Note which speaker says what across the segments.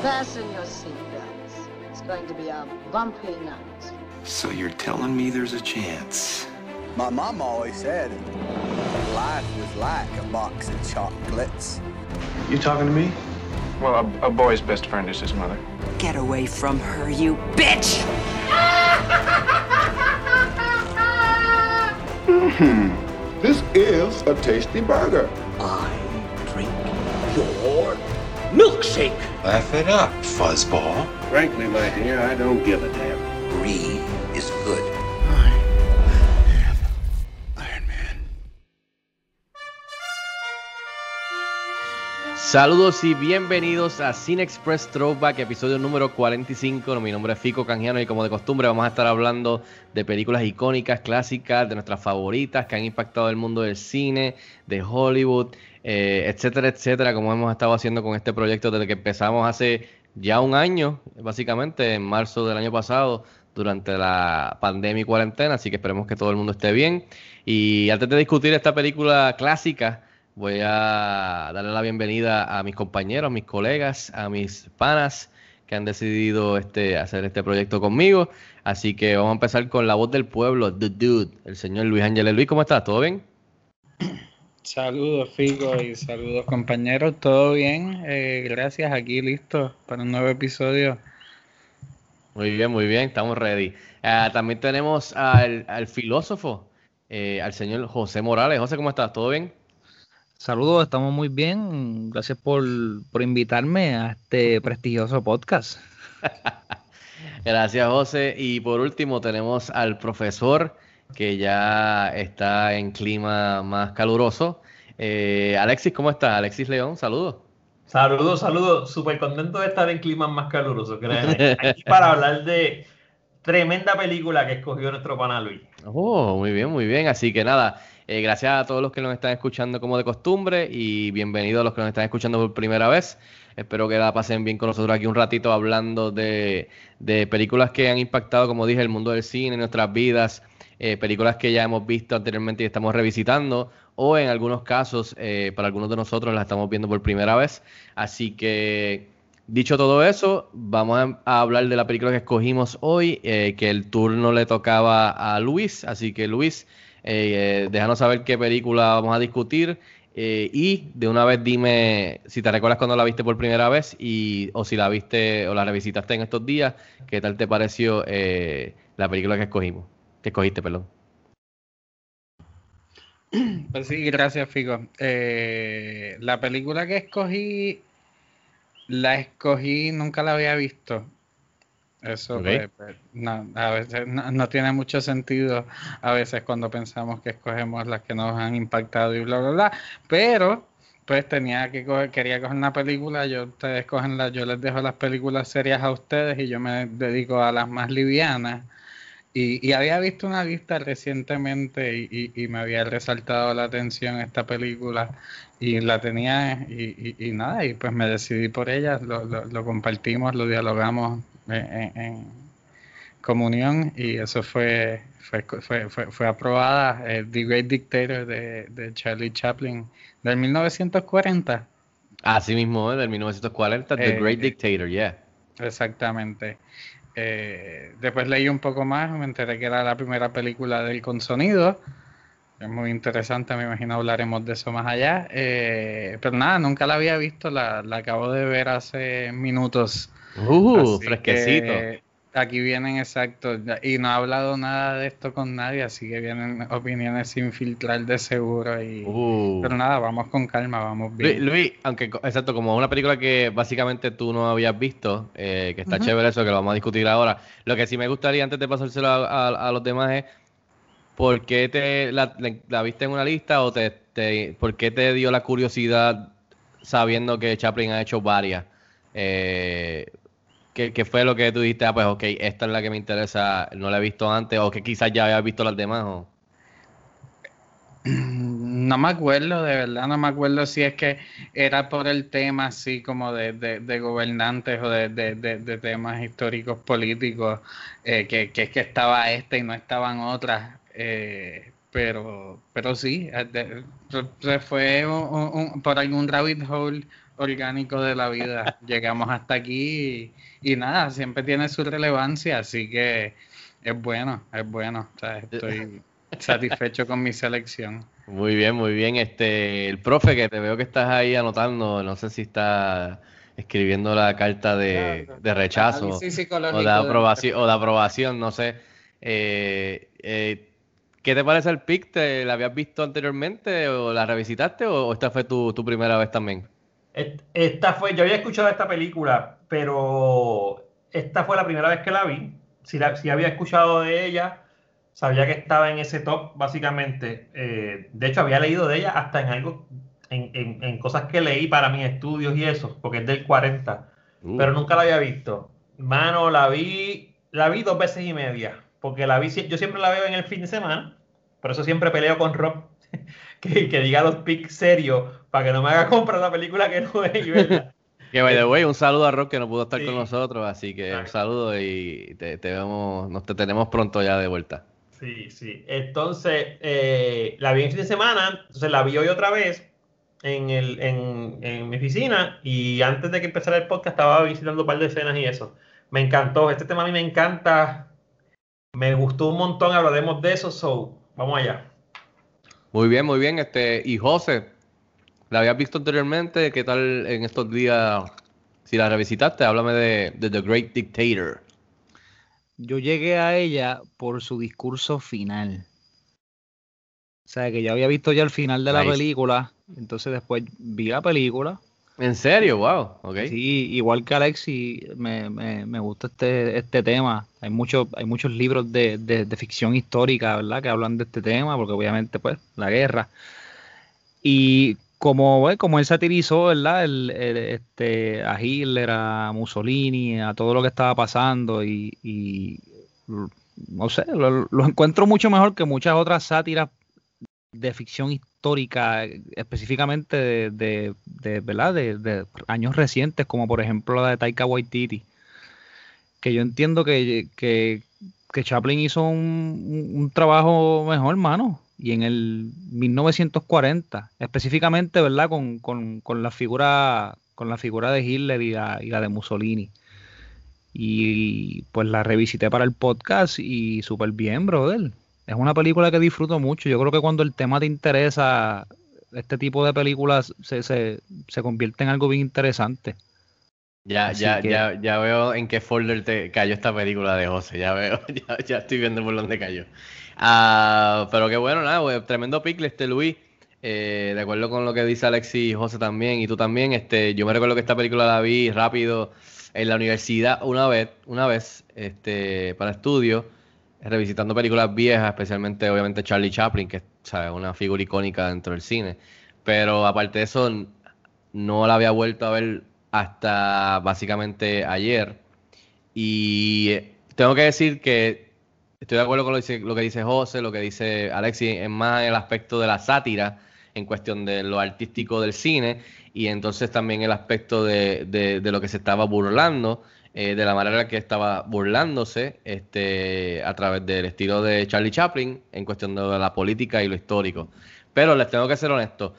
Speaker 1: Fasten your seatbelts. It's going to be a bumpy night.
Speaker 2: So you're telling me there's a chance?
Speaker 3: My mom always said life was like a box of chocolates.
Speaker 2: You talking to me?
Speaker 4: Well, a boy's best friend is his mother.
Speaker 5: Get away from her, you bitch!
Speaker 6: This is a tasty burger.
Speaker 7: I drink your milkshake.
Speaker 2: Laugh it up, fuzzball.
Speaker 7: Frankly, my dear, I don't give a damn.
Speaker 2: Brie is good.
Speaker 6: Iron Man.
Speaker 8: Saludos y bienvenidos a Cine Express Throwback, episodio número 45. Mi nombre es Fico Canjiano y como de costumbre vamos a estar hablando de películas icónicas, clásicas, de nuestras favoritas que han impactado el mundo del cine, de Hollywood, etcétera, etcétera, como hemos estado haciendo con este proyecto desde que empezamos hace ya un año, básicamente en marzo del año pasado, durante la pandemia y cuarentena, así que esperemos que todo el mundo esté bien. Y antes de discutir esta película clásica, voy a darle la bienvenida a mis compañeros, mis colegas, a mis panas que han decidido hacer este proyecto conmigo. Así que vamos a empezar con la voz del pueblo, The Dude, el señor Luis Ángeles. Luis, ¿cómo estás? ¿Todo bien?
Speaker 9: Saludos, Fico, y saludos, compañeros. ¿Todo bien? Gracias, aquí listo para un nuevo episodio.
Speaker 8: Muy bien, estamos ready. También tenemos al filósofo, al señor José Morales. José, ¿cómo estás? ¿Todo bien?
Speaker 10: Saludos, estamos muy bien. Gracias por invitarme a este prestigioso podcast.
Speaker 8: Gracias, José. Y por último tenemos al profesor que ya está en clima más caluroso. Alexis, ¿cómo estás? Alexis León, saludos.
Speaker 11: Saludos. Súper contento de estar en climas más calurosos. Aquí para hablar de tremenda película que escogió nuestro pana Luis.
Speaker 8: Oh, muy bien. Así que nada, gracias a todos los que nos están escuchando como de costumbre y bienvenidos a los que nos están escuchando por primera vez. Espero que la pasen bien con nosotros aquí un ratito hablando de películas que han impactado, como dije, el mundo del cine, nuestras vidas, películas que ya hemos visto anteriormente y estamos revisitando, o en algunos casos, para algunos de nosotros las estamos viendo por primera vez. Así que, dicho todo eso, vamos a hablar de la película que escogimos hoy, que el turno le tocaba a Luis. Así que, Luis, déjanos saber qué película vamos a discutir. Y de una vez dime si te recuerdas cuando la viste por primera vez o si la viste o la revisitaste en estos días, qué tal te pareció la película que escogiste, perdón.
Speaker 9: Pues sí, gracias, Fico. La película que la escogí, nunca la había visto. Eso
Speaker 8: Okay.
Speaker 9: No, a veces no tiene mucho sentido a veces cuando pensamos que escogemos las que nos han impactado y bla, bla, bla. Pero pues quería coger una película, ustedes cogen yo les dejo las películas serias a ustedes y yo me dedico a las más livianas. Y había visto una lista recientemente y me había resaltado la atención esta película y la tenía y nada, y pues me decidí por ella, lo compartimos, lo dialogamos en comunión y eso fue aprobada. The Great Dictator de Charlie Chaplin del 1940.
Speaker 8: Así mismo, del 1940, The Great Dictator, yeah.
Speaker 9: Exactamente. Después leí un poco más, me enteré que era la primera película del con sonido. Es muy interesante, me imagino hablaremos de eso más allá. Pero nada, nunca la había visto, la acabo de ver hace minutos. Así
Speaker 8: fresquecito.
Speaker 9: Aquí vienen, exacto, y no he hablado nada de esto con nadie, así que vienen opiniones sin filtrar de seguro. Pero nada, vamos con calma, vamos bien.
Speaker 8: Luis, aunque exacto, como una película que básicamente tú no habías visto, que está chévere eso, que lo vamos a discutir ahora. Lo que sí me gustaría, antes de pasárselo a los demás, es ¿por qué la viste en una lista o por qué te dio la curiosidad sabiendo que Chaplin ha hecho varias? ¿Qué fue lo que tú dijiste? Pues ok, esta es la que me interesa, no la he visto antes, o que quizás ya había visto las demás, ¿o?
Speaker 9: No me acuerdo, de verdad, no me acuerdo si es que era por el tema así como de gobernantes o de temas históricos políticos, que es que estaba esta y no estaban otras, pero sí, fue por algún rabbit hole orgánico de la vida. Llegamos hasta aquí y nada, siempre tiene su relevancia, así que es bueno. O sea, estoy satisfecho con mi selección.
Speaker 8: Muy bien, muy bien. El profe, que te veo que estás ahí anotando, no sé si está escribiendo la carta de rechazo o de aprobación, no sé. ¿Qué te parece el pick? ¿La habías visto anteriormente o la revisitaste o esta fue tu primera vez también?
Speaker 11: Yo había escuchado esta película, pero esta fue la primera vez que la vi. Sí había escuchado de ella, sabía que estaba en ese top, básicamente. De hecho, había leído de ella hasta en algo, en cosas que leí para mis estudios y eso, porque es del 40, pero nunca la había visto. Mano, la vi 2 veces y media, porque yo siempre la veo en el fin de semana, por eso siempre peleo con Rob, que diga los picks serios, para que no me haga comprar la película que no es, ¿verdad?
Speaker 8: Que by the way, un saludo a Rob que no pudo estar con nosotros, así que un saludo y te tenemos pronto ya de vuelta.
Speaker 11: Sí. Entonces, la vi en fin de semana, entonces la vi hoy otra vez en mi oficina y antes de que empezara el podcast estaba visitando un par de escenas y eso. Me encantó, este tema a mí me encanta, me gustó un montón, hablaremos de eso, so vamos allá.
Speaker 8: Muy bien. Y José, ¿la habías visto anteriormente? ¿Qué tal en estos días? Si la revisitaste, háblame de The Great Dictator.
Speaker 10: Yo llegué a ella por su discurso final. O sea, que yo había visto ya el final de la película, entonces después vi la película.
Speaker 8: ¿En serio? Wow, ok.
Speaker 10: Sí, igual que Alexi, me gusta este tema. Hay muchos libros de ficción histórica, ¿verdad?, que hablan de este tema, porque obviamente, pues, la guerra. Y como él satirizó, ¿verdad?, a Hitler, a Mussolini, a todo lo que estaba pasando, y no sé, lo encuentro mucho mejor que muchas otras sátiras de ficción histórica, específicamente de ¿verdad?, de años recientes, como por ejemplo la de Taika Waititi, que yo entiendo que Chaplin hizo un trabajo mejor, mano, y en el 1940, específicamente, ¿verdad?, con la figura de Hitler y la de Mussolini. Y pues la revisité para el podcast y súper bien, brother. Es una película que disfruto mucho. Yo creo que cuando el tema te interesa, este tipo de películas se convierte en algo bien interesante.
Speaker 8: Ya veo en qué folder te cayó esta película de José. Ya veo, ya estoy viendo por dónde cayó. Pero qué bueno, nada, wey, tremendo pick, Luis. De acuerdo con lo que dice Alexis y José también, y tú también. Yo me recuerdo que esta película la vi rápido en la universidad una vez, para estudio, revisitando películas viejas, especialmente obviamente Charlie Chaplin, que es, ¿sabes?, una figura icónica dentro del cine. Pero aparte de eso, no la había vuelto a ver hasta básicamente ayer. Y tengo que decir que estoy de acuerdo con lo que dice José, lo que dice Alexis, es más el aspecto de la sátira en cuestión de lo artístico del cine, y entonces también el aspecto de lo que se estaba burlando, de la manera que estaba burlándose a través del estilo de Charlie Chaplin en cuestión de la política y lo histórico. Pero les tengo que ser honesto,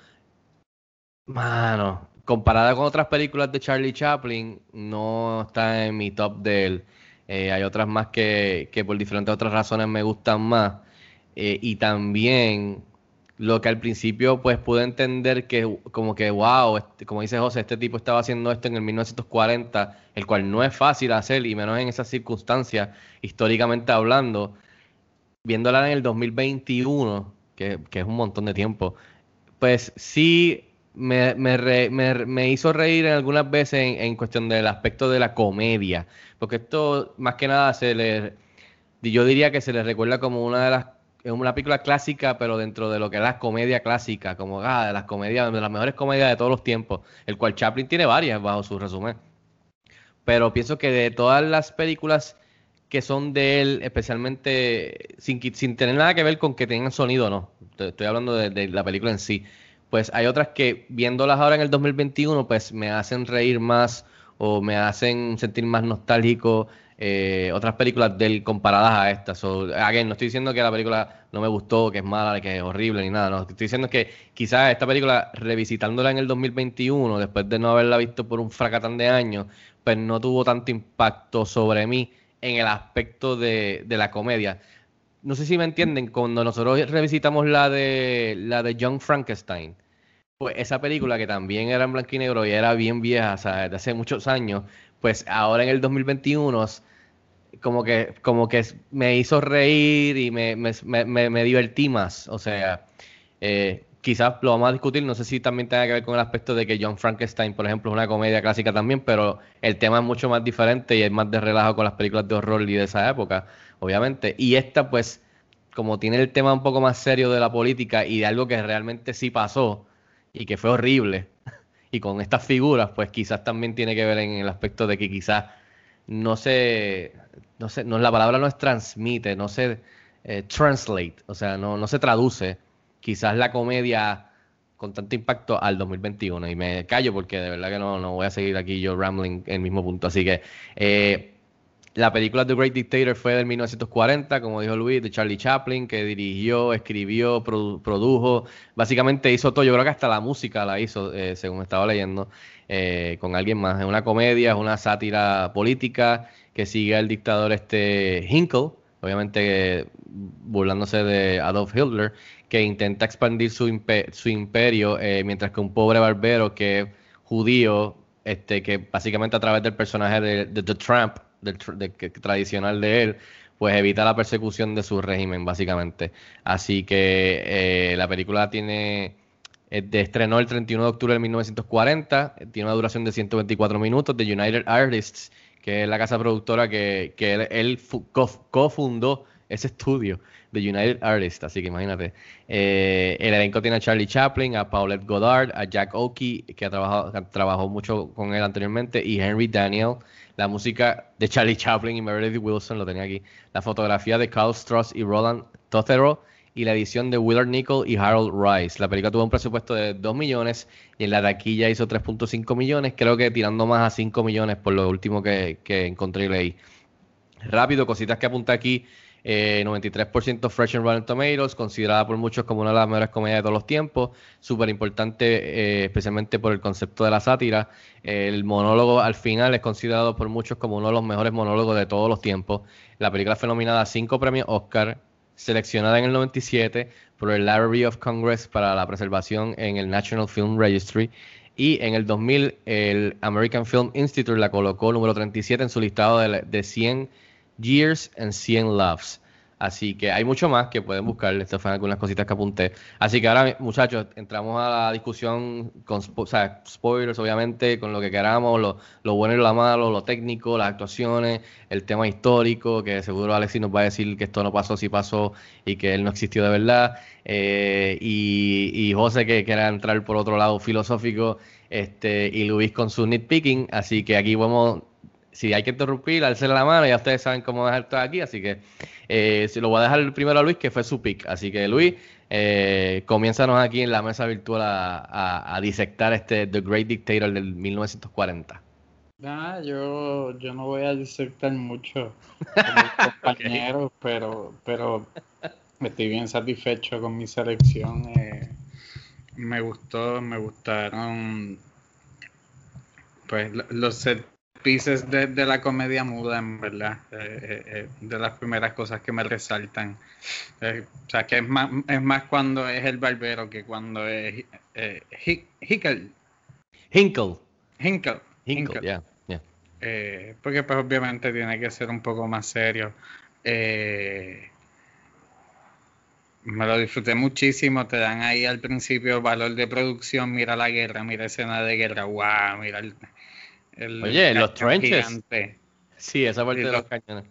Speaker 8: mano, comparada con otras películas de Charlie Chaplin, no está en mi top de él. Hay otras más que por diferentes otras razones me gustan más. Y también lo que al principio pues pude entender que como que wow, como dice José, este tipo estaba haciendo esto en el 1940, el cual no es fácil hacer, y menos en esas circunstancias, históricamente hablando. Viéndola en el 2021, que es un montón de tiempo, pues sí me hizo reír en algunas veces en cuestión del aspecto de la comedia, porque esto más que nada yo diría que se le recuerda como una película clásica, pero dentro de lo que es la comedia clásica, como de las mejores comedias de todos los tiempos, el cual Chaplin tiene varias bajo su resumen. Pero pienso que de todas las películas que son de él, especialmente sin tener nada que ver con que tengan sonido o no, estoy hablando de la película en sí, pues hay otras que viéndolas ahora en el 2021 pues me hacen reír más o me hacen sentir más nostálgico otras películas de él comparadas a esta. So, again, no estoy diciendo que la película no me gustó, que es mala, que es horrible, ni nada. No, estoy diciendo que quizás esta película, revisitándola en el 2021, después de no haberla visto por un fracatán de años, pues no tuvo tanto impacto sobre mí en el aspecto de la comedia. No sé si me entienden, cuando nosotros revisitamos la de Young Frankenstein, pues esa película que también era en blanco y negro y era bien vieja, o sea, de hace muchos años, pues ahora en el 2021 como que me hizo reír y me divertí más. O sea, quizás lo vamos a discutir, no sé si también tenga que ver con el aspecto de que John Frankenstein, por ejemplo, es una comedia clásica también, pero el tema es mucho más diferente y es más de relajo con las películas de horror y de esa época, obviamente. Y esta, pues, como tiene el tema un poco más serio de la política y de algo que realmente sí pasó y que fue horrible, y con estas figuras, pues quizás también tiene que ver en el aspecto de que quizás no, la palabra no es transmite, no se translate, o sea, no se traduce quizás la comedia con tanto impacto al 2021. Y me callo porque de verdad que no voy a seguir aquí yo rambling en el mismo punto. Así que la película The Great Dictator fue del 1940, como dijo Luis, de Charlie Chaplin, que dirigió, escribió, produjo, básicamente hizo todo. Yo creo que hasta la música la hizo, según estaba leyendo, con alguien más. Es una comedia, es una sátira política que sigue al dictador Hinkle, obviamente burlándose de Adolf Hitler, que intenta expandir su imperio, mientras que un pobre barbero que es judío, que básicamente a través del personaje de The Tramp, tradicional de él, pues evita la persecución de su régimen, básicamente. Así que la película estrenó el 31 de octubre de 1940, tiene una duración de 124 minutos, de United Artists, que es la casa productora que él cofundó ese estudio de United Artists, así que imagínate. El elenco tiene a Charlie Chaplin, a Paulette Goddard, a Jack Oakie, que trabajó mucho con él anteriormente, y Henry Daniell. La música de Charlie Chaplin y Meredith Willson, lo tenía aquí. La fotografía de Carl Stross y Roland Tothero, y la edición de Willard Nickel y Harold Rice. La película tuvo un presupuesto de 2 millones y en la taquilla hizo 3.5 millones, creo que tirando más a 5 millones por lo último que encontré y leí. Rápido, cositas que apunta aquí. 93% Fresh and Rotten Tomatoes, considerada por muchos como una de las mejores comedias de todos los tiempos. Súper importante, especialmente por el concepto de la sátira. El monólogo al final es considerado por muchos como uno de los mejores monólogos de todos los tiempos. La película fue nominada a 5 premios Oscar, seleccionada en el 97 por el Library of Congress para la preservación en el National Film Registry, y en el 2000 el American Film Institute la colocó número 37 en su listado de 100 Years and 100 Loves. Así que hay mucho más que pueden buscar. Estas fueron algunas cositas que apunté. Así que ahora, muchachos, entramos a la discusión con spoilers, obviamente, con lo que queramos, lo bueno y lo malo, lo técnico, las actuaciones, el tema histórico, que seguro Alexis nos va a decir que esto no pasó, sí pasó, y que él no existió de verdad. Y José, que quiera entrar por otro lado filosófico, y Luis con su nitpicking. Así que aquí vamos... Si hay que interrumpir, alce la mano, ya ustedes saben cómo dejar todo aquí, así que se lo voy a dejar primero a Luis, que fue su pick. Así que Luis, comiénzanos aquí en la mesa virtual a disectar The Great Dictator del 1940.
Speaker 9: Yo no voy a disectar mucho con mis compañeros, pero estoy bien satisfecho con mi selección. Me gustaron pues los set pieces de la comedia muda, en verdad, de las primeras cosas que me resaltan. O sea, que es más cuando es el barbero que cuando es Hinkle,
Speaker 8: yeah.
Speaker 9: Porque pues obviamente tiene que ser un poco más serio. Me lo disfruté muchísimo. Te dan ahí al principio valor de producción. Mira la guerra, mira escena de guerra, wow, mira
Speaker 8: oye, los trenches.
Speaker 9: Gigante.
Speaker 8: Sí, esa parte de los cañones.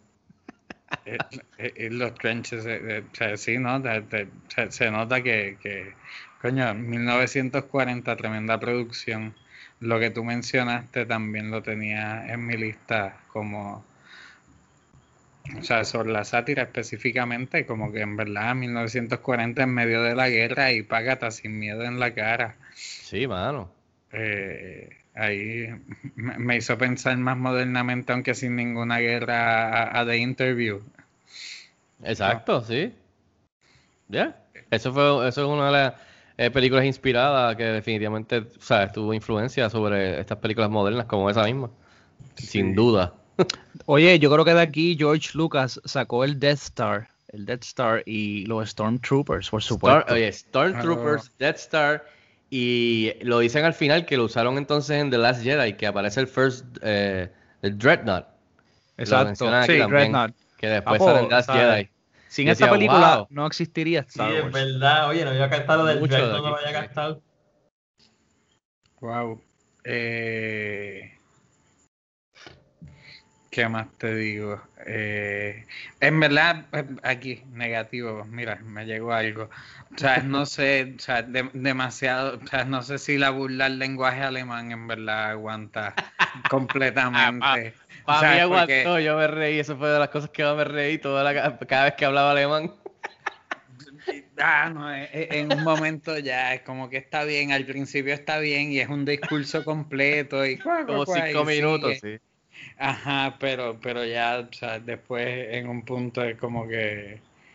Speaker 9: Los trenches, sí, ¿no? Se nota que, coño, 1940, tremenda producción. Lo que tú mencionaste también lo tenía en mi lista como... O sea, sobre la sátira específicamente, como que en verdad 1940 en medio de la guerra y págata sin miedo en la cara.
Speaker 8: Sí, mano.
Speaker 9: Ahí me hizo pensar más modernamente, aunque sin ninguna guerra, a The Interview.
Speaker 8: Exacto, sí. Ya. Eso es una de las películas inspiradas que definitivamente, o sea, tuvo influencia sobre estas películas modernas como esa misma. Sin duda.
Speaker 10: Oye, yo creo que de aquí George Lucas sacó el Death Star y los Stormtroopers, por supuesto.
Speaker 8: Stormtroopers, Death Star, y lo dicen al final que lo usaron entonces en The Last Jedi, que aparece el Dreadnought.
Speaker 10: Exacto, sí, Dreadnought.
Speaker 8: Que después sale en The Last Jedi.
Speaker 10: Sin esta película no existiría Star Wars.
Speaker 11: Sí, es verdad. Oye, no había captado del Dreadnought, no lo había captado.
Speaker 9: Wow. ¿Qué más te digo? En verdad, aquí, negativo, mira, me llegó algo. O sea, no sé, o sea, demasiado, o sea, no sé si la burla al lenguaje alemán en verdad aguanta completamente.
Speaker 8: Para mí aguantó, yo me reí, eso fue de las cosas que más me reí cada vez que hablaba alemán.
Speaker 9: No, en un momento ya es como que está bien, al principio está bien y es un discurso completo y
Speaker 8: como 5 minutos, sí.
Speaker 9: Ajá, pero ya, o sea, después en un punto es como que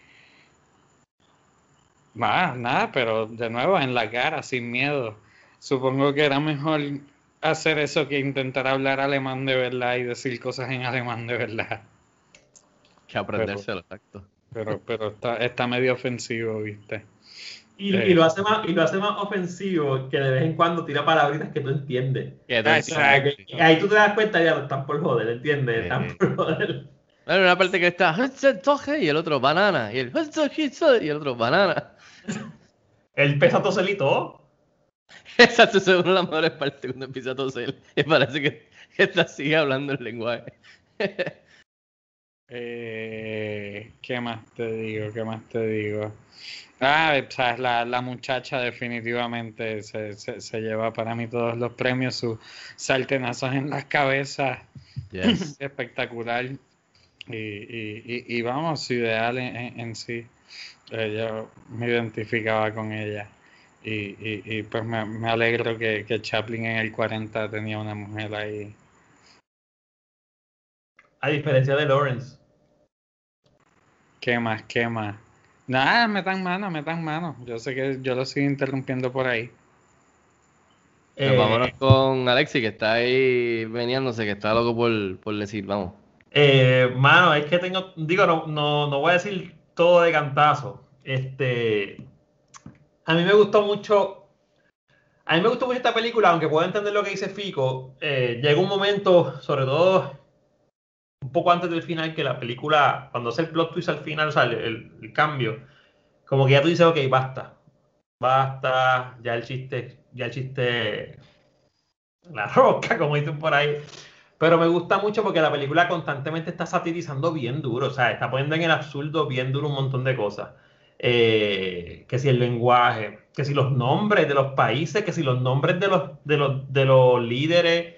Speaker 9: nada, pero de nuevo en la cara, sin miedo. Supongo que era mejor hacer eso que intentar hablar alemán de verdad y decir cosas en alemán de verdad.
Speaker 8: Que aprendérselo, exacto.
Speaker 9: Pero está medio ofensivo, ¿viste?
Speaker 11: Y lo hace más ofensivo que de vez en cuando tira palabritas que tú entiendes. Ahí tú te das cuenta, ya lo están por joder, ¿entiendes? Están por joder.
Speaker 8: Hay una parte que está y el otro banana, y el otro banana.
Speaker 11: El pesa toselito.
Speaker 8: Exacto, esa es una de las mejores partes cuando empieza a toser. Y parece que sigue hablando el lenguaje.
Speaker 9: ¿Qué más te digo? O sea, la muchacha definitivamente se lleva para mí todos los premios, sus sartenazos en las cabezas, yes. Espectacular. Y vamos, su ideal en sí. Yo me identificaba con ella. Y pues me alegro que Chaplin en el 40 tenía una mujer ahí.
Speaker 11: A diferencia de Lawrence.
Speaker 9: ¿Qué más? Nada, metan mano. Yo sé que yo lo sigo interrumpiendo por ahí.
Speaker 8: Pues vámonos con Alexi, que está ahí veniéndose, que está loco por decir, vamos.
Speaker 11: Mano, es que no voy a decir todo de cantazo. A mí me gustó mucho esta película, aunque puedo entender lo que dice Fico. Llega un momento, sobre todo un poco antes del final, que la película, cuando hace el plot twist al final, o sea, el cambio, como que ya tú dices, ok, basta, ya el chiste, la rosca, como dicen por ahí. Pero me gusta mucho porque la película constantemente está satirizando bien duro, o sea, está poniendo en el absurdo bien duro un montón de cosas. Que si el lenguaje, que si los nombres de los países, que si los nombres de los líderes,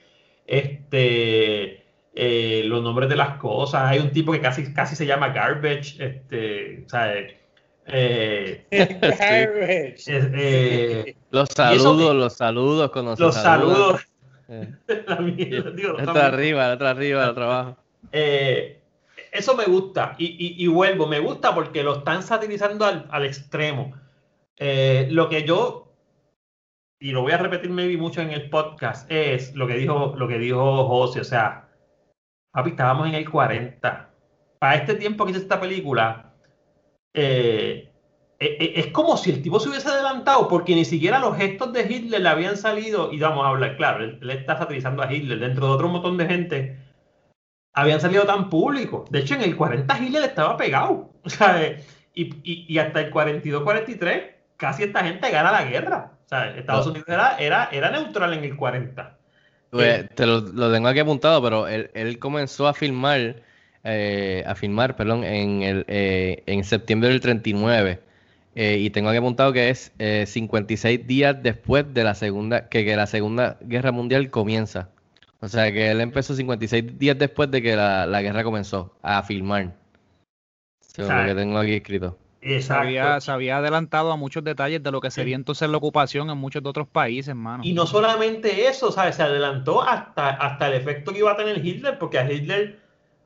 Speaker 11: los nombres de las cosas. Hay un tipo que casi se llama Garbage, ¿sabes?
Speaker 9: Garbage.
Speaker 8: Los saludos cuando se saludan.
Speaker 11: Los saludos.
Speaker 8: Otra arriba, abajo.
Speaker 11: Eso me gusta y vuelvo, me gusta porque lo están satirizando al extremo. Lo que yo, y lo voy a repetir maybe mucho en el podcast, es lo que dijo José, o sea, papi, estábamos en el 40. Para este tiempo que hice esta película, es como si el tipo se hubiese adelantado, porque ni siquiera los gestos de Hitler le habían salido, y vamos a hablar, claro, él está satirizando a Hitler dentro de otro montón de gente, habían salido tan públicos. De hecho, en el 40 Hitler estaba pegado, o sea, y hasta el 42-43 casi esta gente gana la guerra. O sea, Estados Unidos era neutral en el 40.
Speaker 8: Pues, te lo tengo aquí apuntado, pero él comenzó a filmar, en septiembre del 39. Y tengo aquí apuntado que es 56 días después de la segunda Guerra Mundial comienza. O sea que él empezó 56 días después de que la guerra comenzó a filmar. Según lo que tengo aquí escrito.
Speaker 11: Exacto.
Speaker 10: Se había adelantado a muchos detalles de lo que sería entonces la ocupación en muchos de otros países, mano.
Speaker 11: Y no solamente eso, ¿sabes? Se adelantó hasta el efecto que iba a tener Hitler, porque a Hitler,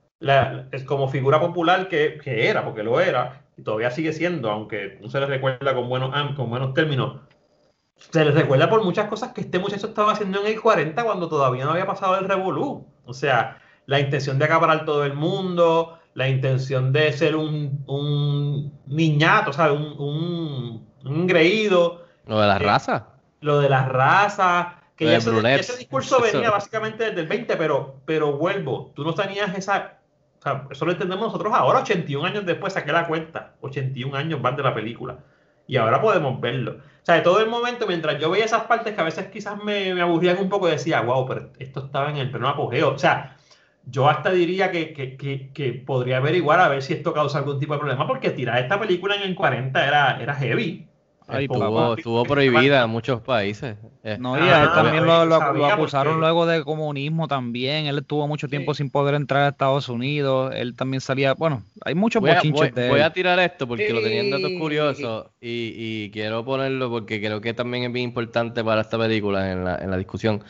Speaker 11: es como figura popular que era, porque lo era, y todavía sigue siendo, aunque no se le recuerda con buenos términos, se les recuerda por muchas cosas que este muchacho estaba haciendo en el 40 cuando todavía no había pasado el revolú. O sea, la intención de acaparar todo el mundo, la intención de ser un niñato, ¿sabes? Un engreído.
Speaker 8: Lo de las razas.
Speaker 11: Lo de las razas. Que ya ese discurso venía
Speaker 8: Eso.
Speaker 11: básicamente desde el 20, pero vuelvo, tú no tenías esa... O sea, eso lo entendemos nosotros ahora, 81 años después, saqué la cuenta. 81 años van de la película. Y ahora podemos verlo. O sea, de todo el momento, mientras yo veía esas partes que a veces quizás me aburrían un poco, decía, wow, pero esto estaba en el pleno apogeo. O sea, yo hasta diría que podría averiguar a ver si esto causa algún tipo de problema, porque tirar esta película en el 40 era heavy.
Speaker 8: Estuvo prohibida en muchos países.
Speaker 10: No, y a él también lo acusaron
Speaker 11: porque...
Speaker 10: luego de comunismo también. Él estuvo mucho tiempo sin poder entrar a Estados Unidos. Él también salía, bueno, hay muchos bochinches de él.
Speaker 8: Voy a tirar esto porque lo tenía en datos curiosos y quiero ponerlo porque creo que también es bien importante para esta película en la discusión.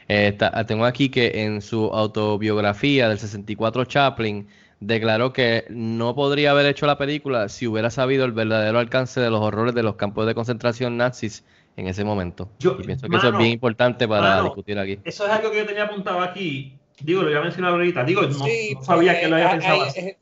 Speaker 8: Tengo aquí que en su autobiografía del 64, Chaplin declaró que no podría haber hecho la película si hubiera sabido el verdadero alcance de los horrores de los campos de concentración nazis en ese momento. Y pienso que eso es bien importante para discutir aquí.
Speaker 11: Eso es algo que yo tenía apuntado aquí. Digo, lo iba a mencionar ahorita. Digo, no sabía que lo había pensado así.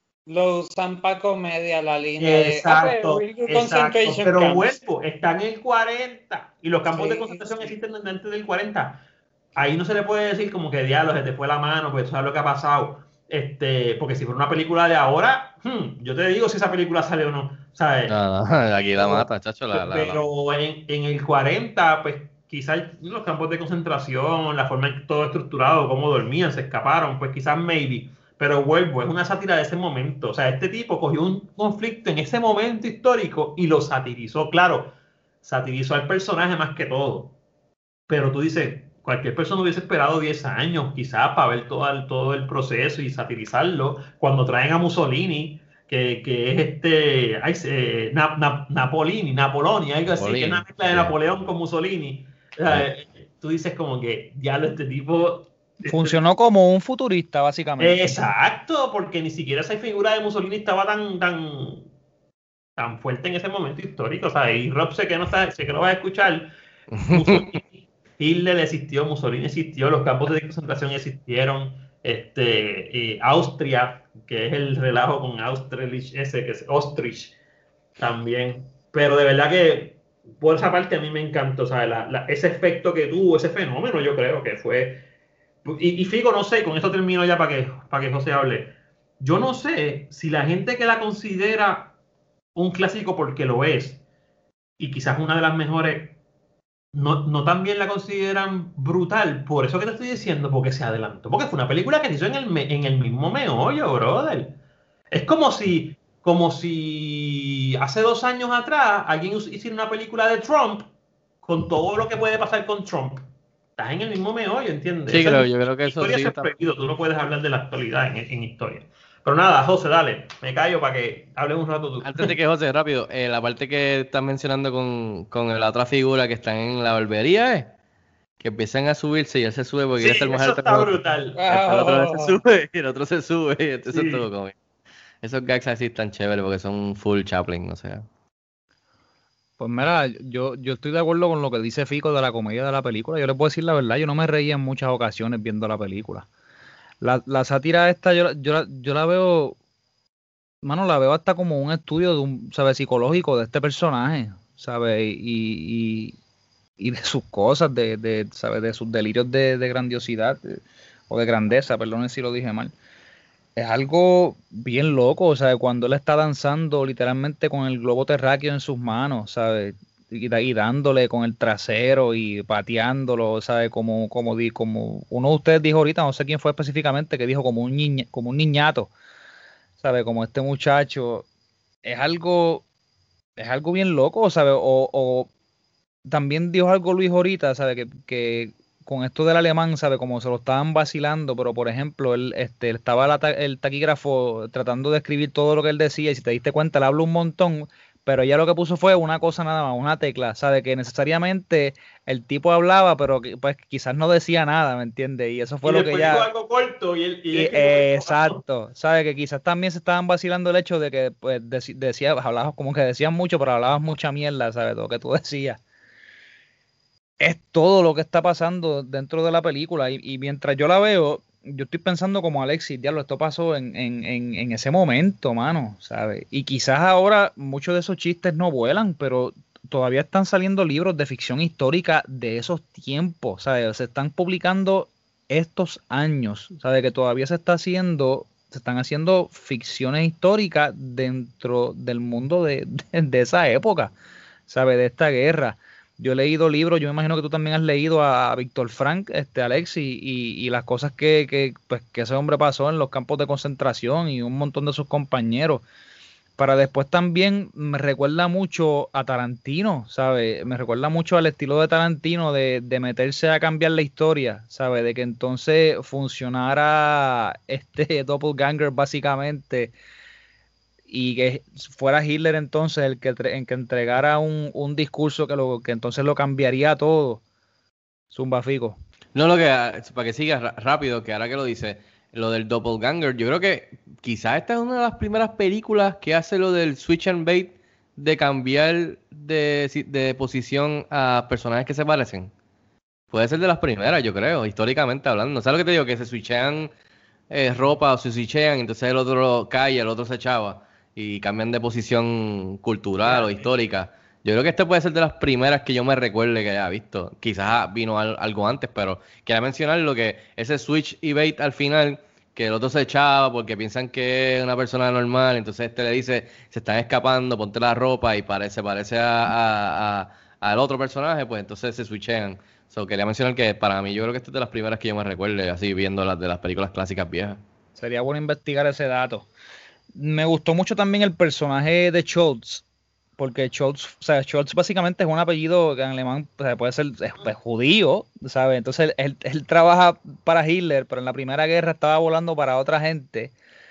Speaker 9: Lo usan para comedia, la línea
Speaker 11: exacto,
Speaker 9: de...
Speaker 11: Pero vuelvo, está en el 40 y los campos de concentración existen desde antes del 40. Ahí no se le puede decir como que diablo, se te fue la mano, pues tú sabes lo que ha pasado. Porque si fuera una película de ahora, yo te digo si esa película sale o no, ¿sabes?
Speaker 8: No, aquí la mata, chacho.
Speaker 11: Pero en el 40, pues quizás los campos de concentración, la forma en que todo estructurado, cómo dormían, se escaparon, pues quizás maybe. Pero vuelvo, es una sátira de ese momento. O sea, este tipo cogió un conflicto en ese momento histórico y lo satirizó. Claro, satirizó al personaje más que todo. Pero tú dices... Cualquier persona hubiese esperado 10 años, quizás, para ver todo el proceso y satirizarlo. Cuando traen a Mussolini, que es Napoloni, algo así, que es una mezcla de Napoleón con Mussolini. Tú dices como que, diablo, este tipo...
Speaker 10: Funcionó como un futurista, básicamente.
Speaker 11: Exacto, porque ni siquiera esa figura de Mussolini estaba tan fuerte en ese momento histórico. O sea, y Rob sé que no va a escuchar. Hitler existió, Mussolini existió, los campos de concentración existieron, Austria, que es el relajo con Austerlitz, que es Austrich también. Pero de verdad que por esa parte a mí me encantó, ¿sabes? Ese efecto que tuvo, ese fenómeno, yo creo que fue. Y Figo, no sé, con esto termino ya para que José hable. Yo no sé si la gente que la considera un clásico porque lo es, y quizás una de las mejores. No también la consideran brutal, por eso que te estoy diciendo, porque se adelantó, porque fue una película que se hizo en el mismo meollo, brother. Es como si hace 2 años atrás alguien hiciera una película de Trump con todo lo que puede pasar con Trump. Estás en el mismo meollo, ¿entiendes?
Speaker 8: Sí, yo creo que eso sí.
Speaker 11: Es prohibido, tú no puedes hablar de la actualidad en historia. Pero nada, José, dale, me callo para que hables un rato tú.
Speaker 8: Antes de que José, rápido, la parte que estás mencionando con la otra figura que están en la barbería, que empiezan a subirse y él se sube porque quiere estar más alto.
Speaker 11: Eso está brutal.
Speaker 8: El otro se sube y el otro se sube y entonces todo cómico. Esos gags así están chéveres porque son full Chaplin, o sea.
Speaker 10: Pues mira, yo estoy de acuerdo con lo que dice Fico de la comedia de la película. Yo le puedo decir la verdad, yo no me reía en muchas ocasiones viendo la película. La sátira esta yo la veo, mano, la veo hasta como un estudio de un, ¿sabes? Psicológico de este personaje, ¿sabes? Y de sus cosas, ¿sabes? De sus delirios de grandiosidad o de grandeza, perdón si lo dije mal. Es algo bien loco, o sea, cuando él está danzando literalmente con el globo terráqueo en sus manos, ¿sabes? Y dándole con el trasero y pateándolo, ¿sabes? Como uno de ustedes dijo ahorita, no sé quién fue específicamente, que dijo como un niñato, ¿sabes? Como este muchacho. Es algo bien loco, ¿sabes? O también dijo algo Luis ahorita, ¿sabes? Que con esto del alemán, ¿sabe? Como se lo estaban vacilando, pero por ejemplo, él estaba el taquígrafo tratando de escribir todo lo que él decía, y si te diste cuenta, él habla un montón, pero ella lo que puso fue una cosa nada más, una tecla, ¿sabe? Que necesariamente el tipo hablaba, pero pues quizás no decía nada, ¿me entiendes? Y eso fue lo que ya...
Speaker 11: algo corto y
Speaker 10: exacto, ¿sabe? Que quizás también se estaban vacilando el hecho de que pues hablabas como que decías mucho, pero hablabas mucha mierda, ¿sabes? Todo lo que tú decías. Es todo lo que está pasando dentro de la película, y mientras yo la veo, yo estoy pensando como Alexis, diablo, esto pasó en ese momento, mano, ¿sabes? Y quizás ahora muchos de esos chistes no vuelan, pero todavía están saliendo libros de ficción histórica de esos tiempos, ¿sabes? Se están publicando estos años, ¿sabes? Que todavía se están haciendo ficciones históricas dentro del mundo de esa época, ¿sabes? De esta guerra. Yo he leído libros, yo me imagino que tú también has leído a Víctor Frank, Alex, y las cosas que ese hombre pasó en los campos de concentración y un montón de sus compañeros. Para después también me recuerda mucho a Tarantino, ¿sabes? Me recuerda mucho al estilo de Tarantino de meterse a cambiar la historia, ¿sabes? De que entonces funcionara este doppelganger básicamente, y que fuera Hitler entonces el que entregara un discurso que entonces lo cambiaría todo. Zumba, Fico.
Speaker 8: No, para que sigas rápido, que ahora que lo dice, lo del doppelganger, yo creo que quizás esta es una de las primeras películas que hace lo del switch and bait, de cambiar de posición a personajes que se parecen. Puede ser de las primeras, yo creo, históricamente hablando. ¿Sabes lo que te digo? Que se switchean ropa, o se switchean, entonces el otro cae, el otro se echaba, y cambian de posición cultural o histórica. Yo creo que este puede ser de las primeras que yo me recuerde que haya visto. Quizás vino algo antes, pero quería mencionar lo que ese switch y bait al final, que el otro se echaba porque piensan que es una persona normal, entonces le dice, se están escapando, ponte la ropa, y parece al otro personaje, pues entonces se switchean. Quería mencionar que para mí yo creo que esta es de las primeras que yo me recuerde, así viendo las de las películas clásicas viejas.
Speaker 10: Sería bueno investigar ese dato. Me gustó mucho también el personaje de Schultz, porque Schultz básicamente es un apellido que en alemán, o sea, puede ser judío, ¿sabes? Entonces él trabaja para Hitler, pero en la Primera Guerra estaba volando para otra gente.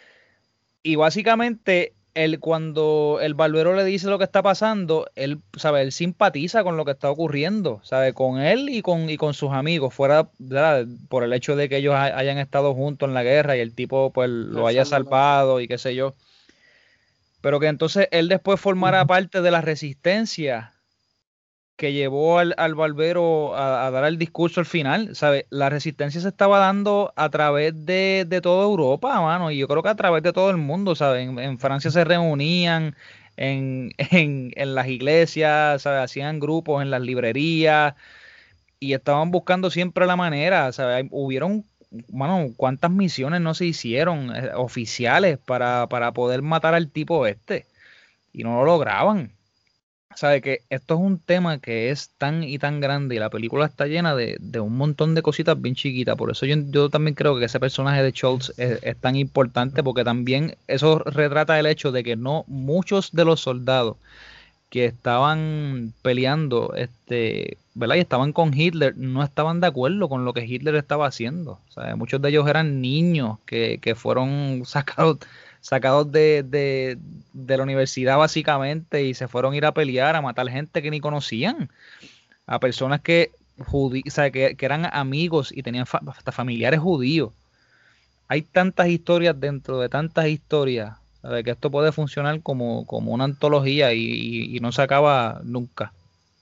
Speaker 10: Y básicamente cuando el barbero le dice lo que está pasando, él simpatiza con lo que está ocurriendo, ¿sabe? Con él y con sus amigos, fuera, ¿verdad? Por el hecho de que ellos hayan estado juntos en la guerra y el tipo pues lo haya salvado y qué sé yo. Pero que entonces él después formara parte de la resistencia que llevó al barbero a dar el discurso al final, ¿sabes? La resistencia se estaba dando a través de toda Europa, mano, y yo creo que a través de todo el mundo, ¿sabes? En Francia se reunían en las iglesias, ¿sabes? Hacían grupos en las librerías y estaban buscando siempre la manera, ¿sabes? Hubieron, mano, ¿cuántas misiones no se hicieron oficiales para poder matar al tipo y no lo lograban? Sabe que esto es un tema que es tan y tan grande, y la película está llena de un montón de cositas bien chiquitas. Por eso yo también creo que ese personaje de Schultz es tan importante, porque también eso retrata el hecho de que no muchos de los soldados que estaban peleando, ¿verdad? Y estaban con Hitler, no estaban de acuerdo con lo que Hitler estaba haciendo. O sea, muchos de ellos eran niños que fueron sacados de la universidad básicamente, y se fueron a ir a pelear, a matar gente que ni conocían, a personas que eran amigos y tenían hasta familiares judíos. Hay tantas historias dentro de tantas historias, ¿sabes? Que esto puede funcionar como una antología y no se acaba nunca.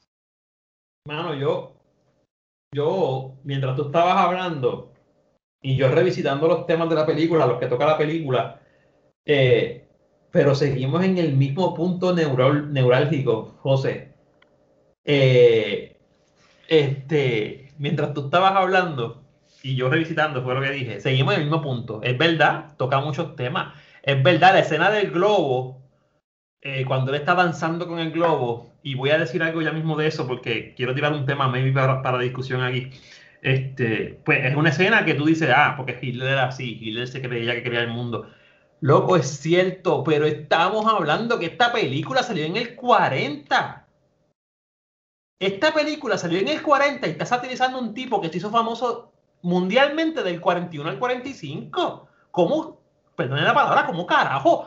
Speaker 11: Mano, yo mientras tú estabas hablando y yo revisitando los temas de la película, los que toca la película, pero seguimos en el mismo punto neurálgico, José. Mientras tú estabas hablando y yo revisitando, fue lo que dije, seguimos en el mismo punto. Es verdad, toca muchos temas. Es verdad, la escena del globo, cuando él está danzando con el globo, y voy a decir algo ya mismo de eso porque quiero tirar un tema maybe para discusión aquí. Pues es una escena que tú dices, porque Hitler era así, Hitler se creía que quería el mundo. Loco, es cierto, pero estamos hablando que esta película salió en el 40. Esta película salió en el 40 y está satirizando a un tipo que se hizo famoso mundialmente del 41 al 45. ¿Cómo? Perdone la palabra, ¿cómo carajo?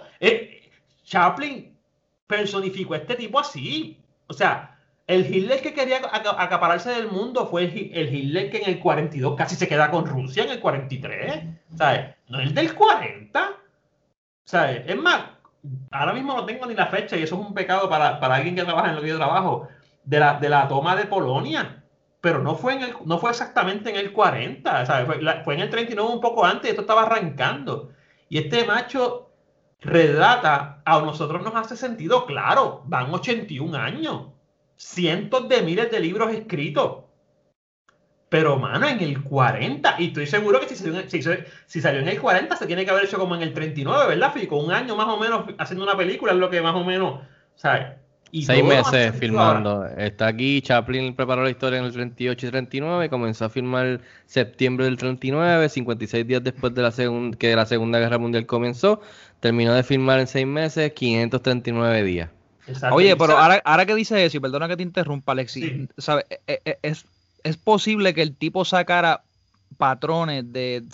Speaker 11: Chaplin personificó a este tipo así. O sea, el Hitler que quería acapararse del mundo fue el Hitler que en el 42 casi se queda con Rusia en el 43. ¿Sabes? No el del 40. ¿Sabes? Es más, ahora mismo no tengo ni la fecha y eso es un pecado para alguien que trabaja en lo que yo trabajo, de la toma de Polonia. Pero no fue exactamente en el 40, ¿sabes? Fue en el 39, un poco antes, esto estaba arrancando. Y este macho relata, a nosotros nos hace sentido, claro, van 81 años, cientos de miles de libros escritos. Pero, mano, en el 40, y estoy seguro que si salió en el 40, se tiene que haber hecho como en el 39, ¿verdad, Fico? Un año más o menos haciendo una película es lo que más o menos, ¿sabes? Y
Speaker 8: 6 meses filmando. Está aquí, Chaplin preparó la historia en el 38 y 39, comenzó a filmar septiembre del 39, 56 días después de que la Segunda Guerra Mundial comenzó, terminó de filmar en 6 meses, 539 días.
Speaker 11: Exacto.
Speaker 10: Oye, pero ahora que dices eso, y perdona que te interrumpa, Alexi,
Speaker 11: sí.
Speaker 10: ¿sabes? Es posible que el tipo sacara patrones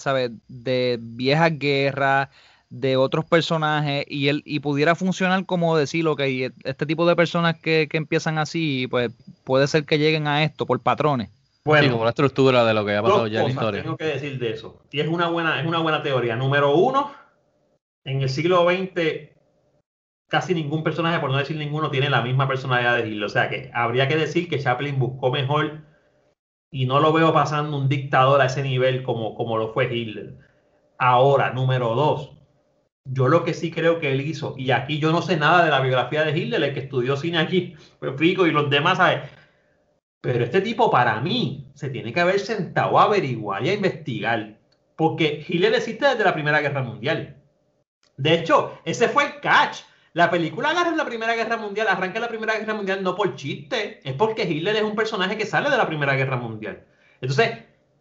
Speaker 10: de viejas guerras, de otros personajes, y pudiera funcionar como decir, ok, este tipo de personas que empiezan así, pues puede ser que lleguen a esto por patrones.
Speaker 8: Bueno, sí, como una estructura de lo que ha pasado ya en la historia.
Speaker 11: Tengo que decir de eso. Y es una buena teoría. Número 1, en el siglo XX casi ningún personaje, por no decir ninguno, tiene la misma personalidad de Hitler. O sea que habría que decir que Chaplin buscó mejor, y no lo veo pasando un dictador a ese nivel como lo fue Hitler. Ahora, número 2, yo lo que sí creo que él hizo, y aquí yo no sé nada de la biografía de Hitler, el que estudió cine aquí, pues Fico y los demás, ¿sabes? Pero este tipo, para mí, se tiene que haber sentado a averiguar y a investigar, porque Hitler existe desde la Primera Guerra Mundial. De hecho, ese fue el catch. La película agarra en la Primera Guerra Mundial, arranca en la Primera Guerra Mundial no por chiste, es porque Hitler es un personaje que sale de la Primera Guerra Mundial. Entonces,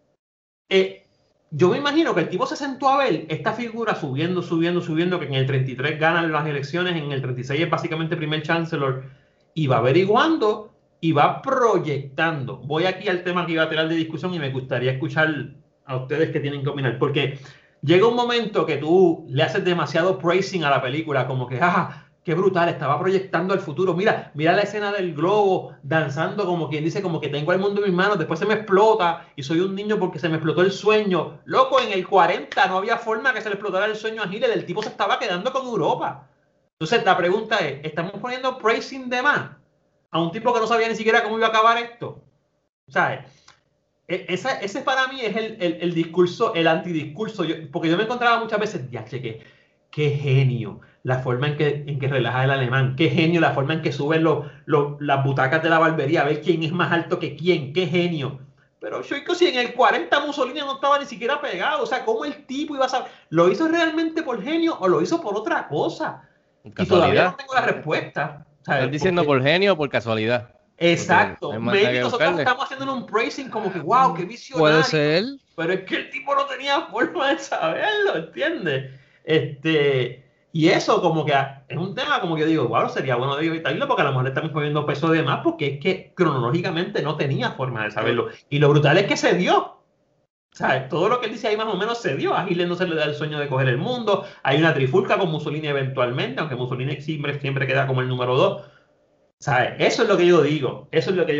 Speaker 11: yo me imagino que el tipo se sentó a ver esta figura subiendo, que en el 33 ganan las elecciones, en el 36 es básicamente primer chancellor, y va averiguando y va proyectando. Voy aquí al tema que iba a tirar de discusión y me gustaría escuchar a ustedes que tienen que opinar, porque llega un momento que tú le haces demasiado praising a la película, como que, qué brutal, estaba proyectando el futuro. Mira la escena del globo danzando, como quien dice, como que tengo el mundo en mis manos, después se me explota y soy un niño porque se me explotó el sueño. Loco, en el 40 no había forma que se le explotara el sueño a Hitler, el tipo se estaba quedando con Europa. Entonces la pregunta es, ¿estamos poniendo praising de más a un tipo que no sabía ni siquiera cómo iba a acabar esto? ¿Sabes? Ese para mí es el discurso, el antidiscurso, porque yo me encontraba muchas veces, qué genio la forma en que relaja el alemán, qué genio la forma en que suben las butacas de la barbería a ver quién es más alto que quién, qué genio. Pero yo si en el 40 Mussolini no estaba ni siquiera pegado, o sea, ¿cómo el tipo iba a saber? ¿Lo hizo realmente por genio o lo hizo por otra cosa? Y todavía no tengo la respuesta.
Speaker 8: ¿Estás diciendo por genio o por casualidad?
Speaker 11: Exacto. Maybe nosotros estamos haciendo un praising como que, wow, qué visionario.
Speaker 10: Puede ser.
Speaker 11: Pero es que el tipo no tenía forma de saberlo, ¿entiendes? Y eso como que es un tema como que digo, wow, sería bueno de evitarlo porque a lo mejor le estamos poniendo peso de más porque es que cronológicamente no tenía forma de saberlo. Y lo brutal es que se dio. ¿Sabes? Todo lo que él dice ahí más o menos se dio. A Hitler no se le da el sueño de coger el mundo. Hay una trifulca con Mussolini eventualmente, aunque Mussolini siempre queda como el número 2. ¿Sabes? Eso es lo que yo digo.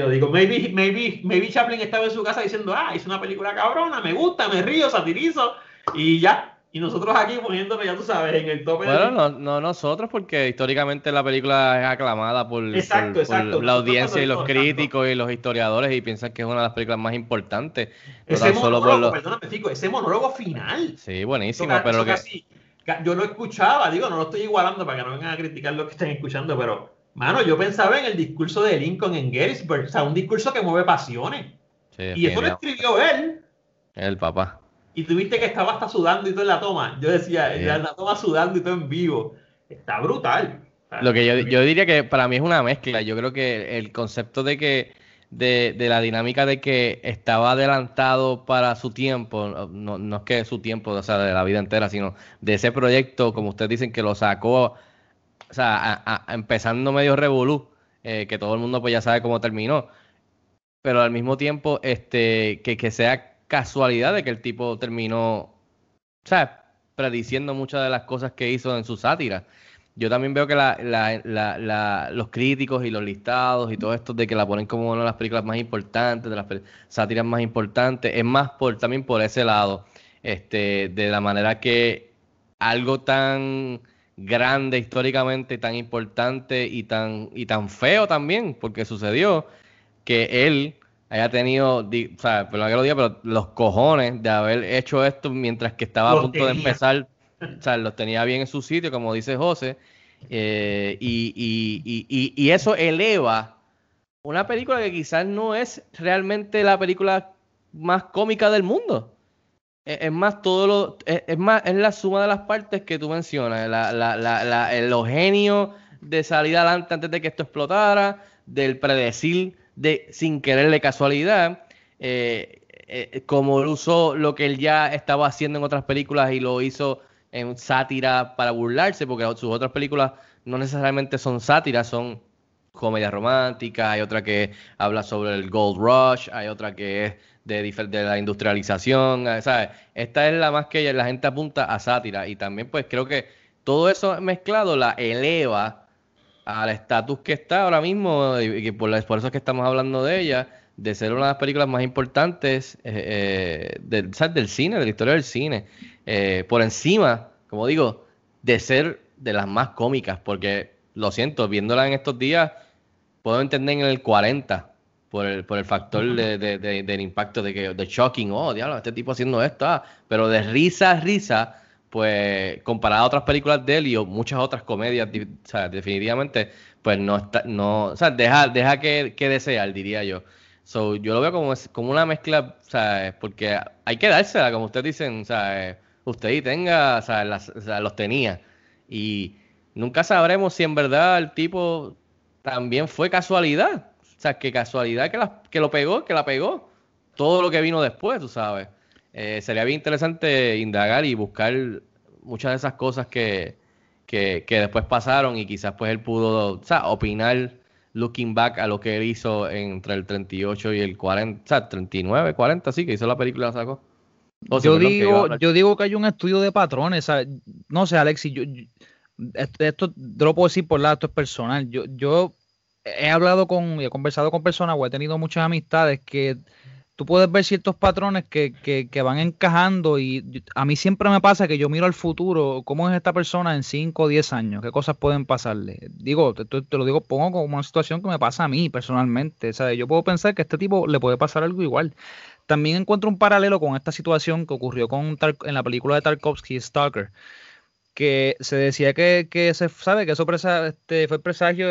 Speaker 11: Maybe Chaplin estaba en su casa diciendo, hice una película cabrona, me gusta, me río, satirizo y ya. Y nosotros aquí poniéndome, ya tú sabes, en el tope.
Speaker 8: Bueno, no nosotros, porque históricamente la película es aclamada por la audiencia y los críticos y los historiadores y piensan que es una de las películas más importantes.
Speaker 11: Ese monólogo, perdóname, Fico, ese monólogo final.
Speaker 8: Sí, buenísimo, pero
Speaker 11: yo lo escuchaba, no lo estoy igualando para que no vengan a criticar lo que estén escuchando, pero, mano, yo pensaba en el discurso de Lincoln en Gettysburg, o sea, un discurso que mueve pasiones. Sí, y eso lo escribió él.
Speaker 8: El papá.
Speaker 11: Y tuviste que estaba hasta sudando y todo en la toma. Yo decía, en la toma sudando y todo en vivo. Está brutal.
Speaker 8: Lo que yo diría que para mí es una mezcla. Yo creo que el concepto de la dinámica de que estaba adelantado para su tiempo, no es que su tiempo, o sea, de la vida entera, sino de ese proyecto, como ustedes dicen, que lo sacó, o sea, empezando medio revolú, que todo el mundo pues ya sabe cómo terminó. pero al mismo tiempo que sea casualidad de que el tipo terminó, o sea, prediciendo muchas de las cosas que hizo en su sátira. Yo también veo que los críticos y los listados y todo esto de que la ponen como una de las películas más importantes, de las sátiras más importantes, es más también por ese lado, de la manera que algo tan grande históricamente, tan importante y tan feo también, porque sucedió que él haya tenido, o sea, perdón que lo diga, pero los cojones de haber hecho esto mientras que estaba a punto de empezar, o sea, los tenía bien en su sitio, como dice José, y eso eleva una película que quizás no es realmente la película más cómica del mundo. Es más, es la suma de las partes que tú mencionas, los genios de salir adelante antes de que esto explotara, del predecir sin quererle casualidad, como él usó lo que él ya estaba haciendo en otras películas y lo hizo en sátira para burlarse, porque sus otras películas no necesariamente son sátiras, son comedias románticas, hay otra que habla sobre el Gold Rush, hay otra que es de la industrialización, ¿sabes? Esta es la más que la gente apunta a sátira, y también pues creo que todo eso mezclado la eleva al estatus que está ahora mismo, y que por eso es que estamos hablando de ella, de ser una de las películas más importantes ¿sabes? Del cine, de la historia del cine, por encima, como digo, de ser de las más cómicas, porque lo siento, viéndola en estos días, puedo entender en el 40 por el factor del impacto de shocking, oh, diablo, este tipo haciendo esto, pero de risa a risa, pues comparado a otras películas de él y muchas otras comedias, o sea, definitivamente, pues o sea, deja que desear, diría yo. So, yo lo veo como una mezcla, o sea, porque hay que dársela, como ustedes dicen, o sea, usted y tenga, o sea, los tenía, y nunca sabremos si en verdad el tipo también fue casualidad. O sea, que casualidad que la pegó. Todo lo que vino después, tú sabes. Sería bien interesante indagar y buscar muchas de esas cosas que después pasaron, y quizás pues él pudo, o sea, opinar looking back a lo que él hizo entre el 38 y el 40, o sea, 39, 40, sí, que hizo la película y la sacó.
Speaker 10: Yo digo que hay un estudio de patrones, ¿sabes? No sé, Alexis, esto te lo puedo decir por lado, esto es personal. Yo he hablado y he conversado con personas, o he tenido muchas amistades que tú puedes ver ciertos patrones que van encajando, y a mí siempre me pasa que yo miro al futuro, cómo es esta persona en 5 o 10 años, qué cosas pueden pasarle. Digo, te lo digo, pongo como una situación que me pasa a mí personalmente, ¿sabes? Yo puedo pensar que a este tipo le puede pasar algo igual. También encuentro un paralelo con esta situación que ocurrió en la película de Tarkovsky, Stalker, que se decía que se sabe que eso fue el presagio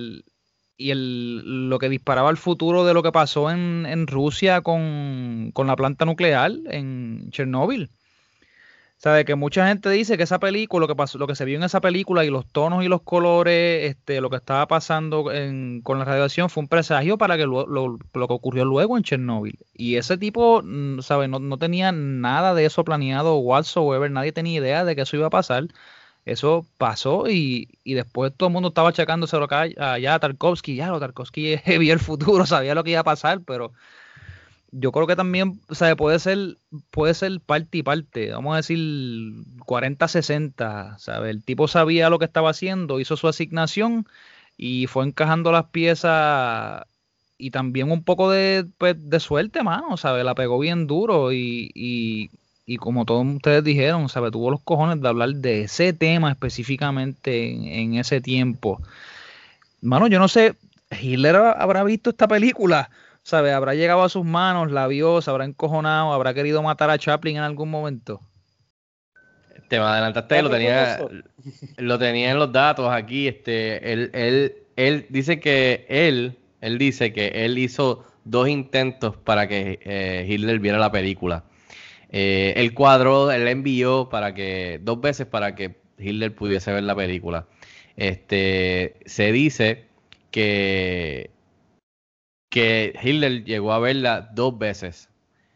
Speaker 10: lo que disparaba al futuro de lo que pasó en Rusia con la planta nuclear en Chernóbil. Sabe que mucha gente dice que esa película, lo que se vio en esa película, y los tonos y los colores, lo que estaba pasando con la radiación, fue un presagio para que lo que ocurrió luego en Chernóbil. Y ese tipo, ¿sabe? No tenía nada de eso planeado whatsoever, nadie tenía idea de que eso iba a pasar. Eso pasó, y después todo el mundo estaba achacándose allá a Tarkovsky. Tarkovsky vio el futuro, sabía lo que iba a pasar, pero yo creo que también, o sea, puede ser parte y parte, vamos a decir 40-60, ¿sabes? El tipo sabía lo que estaba haciendo, hizo su asignación y fue encajando las piezas, y también un poco pues, de suerte, mano, ¿sabes? La pegó bien duro, y como todos ustedes dijeron, ¿sabes? Tuvo los cojones de hablar de ese tema específicamente en ese tiempo. Mano, yo no sé, Hitler habrá visto esta película, ¿sabes? Habrá llegado a sus manos, la vio, se habrá encojonado, habrá querido matar a Chaplin en algún momento.
Speaker 8: Te me adelantaste, lo tenía en los datos aquí. Él dice que él hizo 2 intentos para que Hitler viera la película. Él envió 2 veces para que Hitler pudiese ver la película. Se dice que Hitler llegó a verla 2 veces.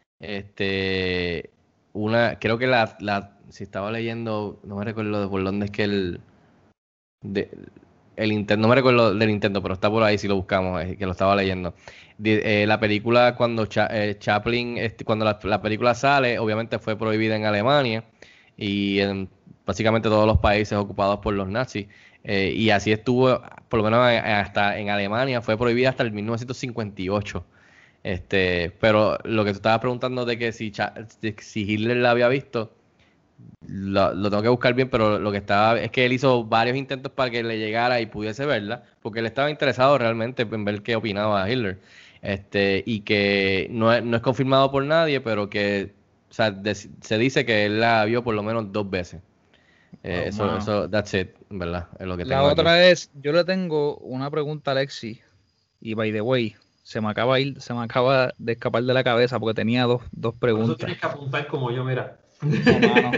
Speaker 8: Creo que si estaba leyendo, no me recuerdo por dónde es que no me recuerdo del Nintendo, pero está por ahí si lo buscamos, que lo estaba leyendo. La película, cuando Chaplin, cuando la película sale, obviamente fue prohibida en Alemania y en básicamente todos los países ocupados por los nazis. Y así estuvo, por lo menos hasta en Alemania, fue prohibida hasta el 1958. Pero lo que tú estabas preguntando de que si Hitler la había visto, lo tengo que buscar bien, pero lo que estaba es que él hizo varios intentos para que le llegara y pudiese verla, porque él estaba interesado realmente en ver qué opinaba Hitler. Y que no es confirmado por nadie, pero que, o sea, se dice que él la vio por lo menos 2 veces. Eso, that's it, ¿verdad? Es lo que tengo
Speaker 10: La otra
Speaker 8: aquí.
Speaker 10: es, yo le tengo una pregunta a Alexi, y by the way, se me acaba de escapar de la cabeza porque tenía dos
Speaker 11: Por eso
Speaker 10: preguntas.
Speaker 11: tienes que apuntar como yo, mira.
Speaker 10: No,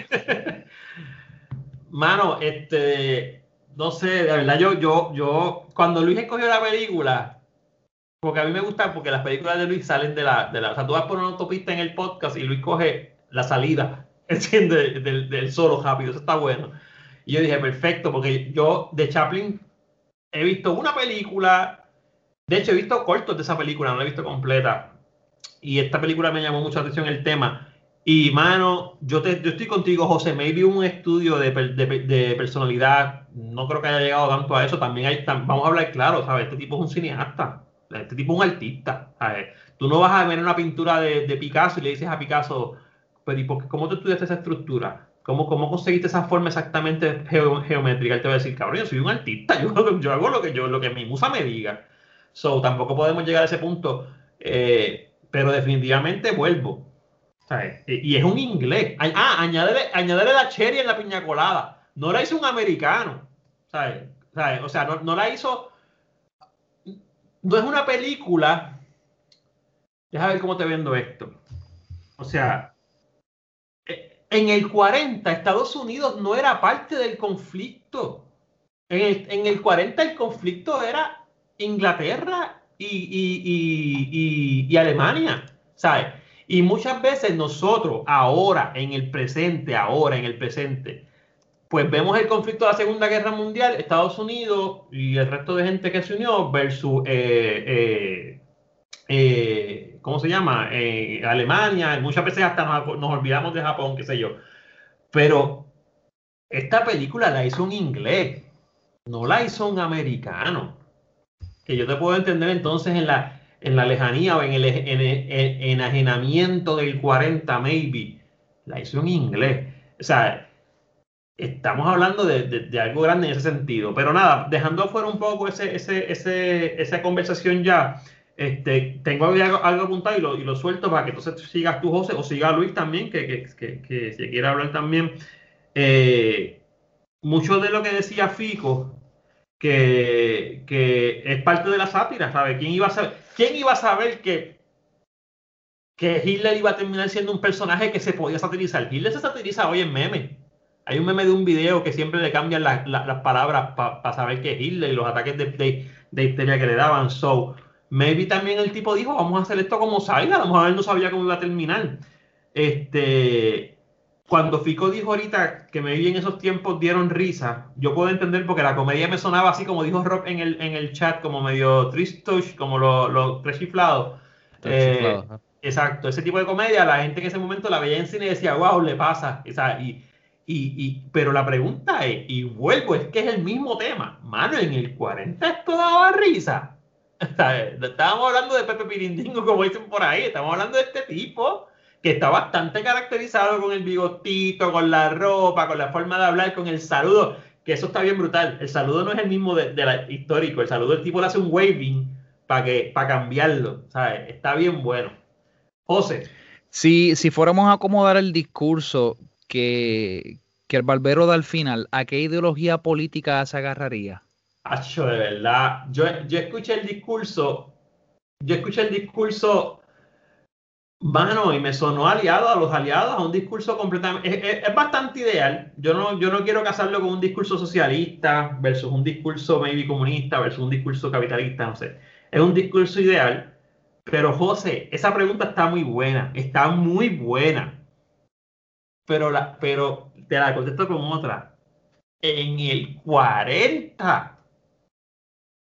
Speaker 11: mano, no sé, de verdad, yo cuando Luis escogió la película, porque a mí me gusta, porque las películas de Luis salen de la, o sea, tú vas por una autopista en el podcast y Luis coge la salida, ¿entiendes? Del solo rápido, eso está bueno. Y yo dije, perfecto, porque yo de Chaplin he visto una película, de hecho he visto cortos de esa película, no la he visto completa. Y esta película me llamó mucho la atención el tema. Y, mano, yo estoy contigo, José. Maybe un estudio de personalidad. No creo que haya llegado tanto a eso. También vamos a hablar claro, ¿sabes? Este tipo es un cineasta. Este tipo es un artista, ¿sabes? Tú no vas a ver una pintura de Picasso y le dices a Picasso, pues, ¿cómo tú estudiaste esa estructura? ¿Cómo conseguiste esa forma exactamente geométrica? Él te va a decir, cabrón, yo soy un artista. Yo hago lo que mi musa me diga. So, tampoco podemos llegar a ese punto. Pero definitivamente vuelvo. ¿Sabes? Y es un inglés. Añádele la cherry en la piña colada. No la hizo un americano. ¿Sabes? O sea, no la hizo. No es una película. Déjame ver cómo te vendo esto. O sea, en el 40 Estados Unidos no era parte del conflicto. En el 40 el conflicto era Inglaterra y Alemania. ¿Sabes? Y muchas veces nosotros, ahora en el presente, pues vemos el conflicto de la Segunda Guerra Mundial, Estados Unidos y el resto de gente que se unió versus, ¿cómo se llama? Alemania. Muchas veces hasta nos olvidamos de Japón, qué sé yo. Pero esta película la hizo un inglés, no la hizo un americano. Que yo te puedo entender entonces en la lejanía o en el enajenamiento del 40, maybe, la hizo en inglés. O sea, estamos hablando de algo grande en ese sentido. Pero nada, dejando afuera un poco esa conversación ya, tengo algo apuntado y lo suelto para que entonces sigas tú, José, o siga Luis también, que si quiere hablar también. Mucho de lo que decía Fico, que es parte de la sátira, ¿sabes? ¿Quién iba a saber que Hitler iba a terminar siendo un personaje que se podía satirizar? Hitler se satiriza hoy en memes. Hay un meme de un video que siempre le cambian las palabras para saber que es Hitler y los ataques de histeria que le daban. So, maybe también el tipo dijo, vamos a hacer esto como salga. A lo mejor él no sabía cómo iba a terminar. Cuando Fico dijo ahorita que maybe en esos tiempos dieron risa, yo puedo entender porque la comedia me sonaba así como dijo Rob en el chat, como medio tristush, como lo rechiflado. Exacto, ese tipo de comedia, la gente en ese momento la veía en cine y decía, wow, le pasa. O sea, pero la pregunta es, y vuelvo, es que es el mismo tema. Mano, en el 40 esto daba risa. O sea, estábamos hablando de Pepe Pirindingo, como dicen por ahí, estamos hablando de este tipo que está bastante caracterizado con el bigotito, con la ropa, con la forma de hablar, con el saludo, que eso está bien brutal. El saludo no es el mismo de la histórico, el saludo el tipo le hace un waving para cambiarlo, ¿sabes? Está bien bueno. José.
Speaker 10: Si fuéramos a acomodar el discurso que el Barbero da al final, ¿a qué ideología política se agarraría?
Speaker 11: Acho, de verdad, yo escuché el discurso, mano, y me sonó aliado a los aliados, a un discurso completamente, es bastante ideal. Yo no quiero casarlo con un discurso socialista versus un discurso maybe comunista versus un discurso capitalista, no sé. Es un discurso ideal, pero José, esa pregunta está muy buena, pero te la contesto con otra. En el 40,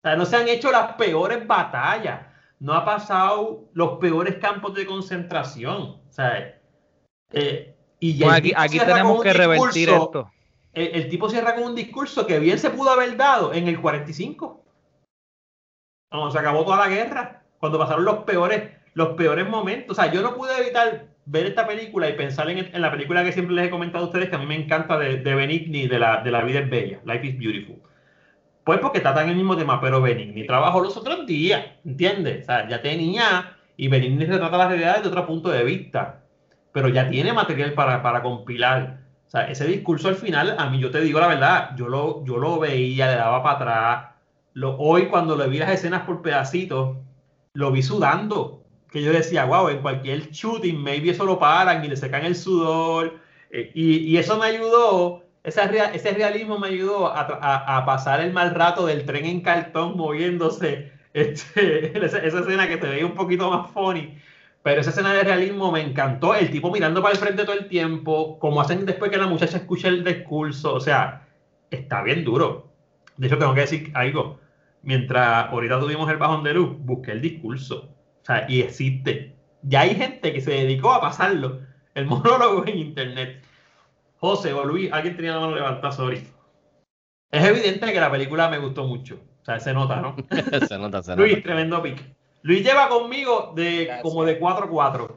Speaker 11: sea, no se han hecho las peores batallas. No ha pasado los peores campos de concentración. O sea, y
Speaker 10: Bueno, aquí tenemos que revertir esto.
Speaker 11: El tipo cierra con un discurso que bien se pudo haber dado en el 45. Cuando se acabó toda la guerra. Cuando pasaron los peores momentos. O sea, yo no pude evitar ver esta película y pensar en la película que siempre les he comentado a ustedes, que a mí me encanta de Benigni, de la vida es bella, Life is Beautiful. Pues porque tratan el mismo tema, pero Benigni trabajó los otros días, ¿entiendes? O sea, ya tenía, y Benigni retrata la realidad desde otro punto de vista, pero ya tiene material para compilar. O sea, ese discurso al final, a mí, yo te digo la verdad, yo lo veía, le daba para atrás. Hoy cuando le vi las escenas por pedacitos, lo vi sudando. Que yo decía, wow, en cualquier shooting, maybe eso lo paran y le secan el sudor. Y eso me ayudó, ese realismo me ayudó a pasar el mal rato del tren en cartón moviéndose. Esa escena que te veía un poquito más funny. Pero esa escena de realismo me encantó. El tipo mirando para el frente todo el tiempo, como hacen después que la muchacha escucha el discurso. O sea, está bien duro. De hecho, tengo que decir algo. Mientras ahorita tuvimos el bajón de luz, busqué el discurso. O sea, y existe. Ya hay gente que se dedicó a pasarlo, el monólogo en internet. José o Luis, alguien tenía la mano levantada, sorry. Es evidente que la película me gustó mucho. O sea, se nota, ¿no?
Speaker 8: se nota.
Speaker 11: Luis, tremendo pick. Luis lleva conmigo como de 4-4.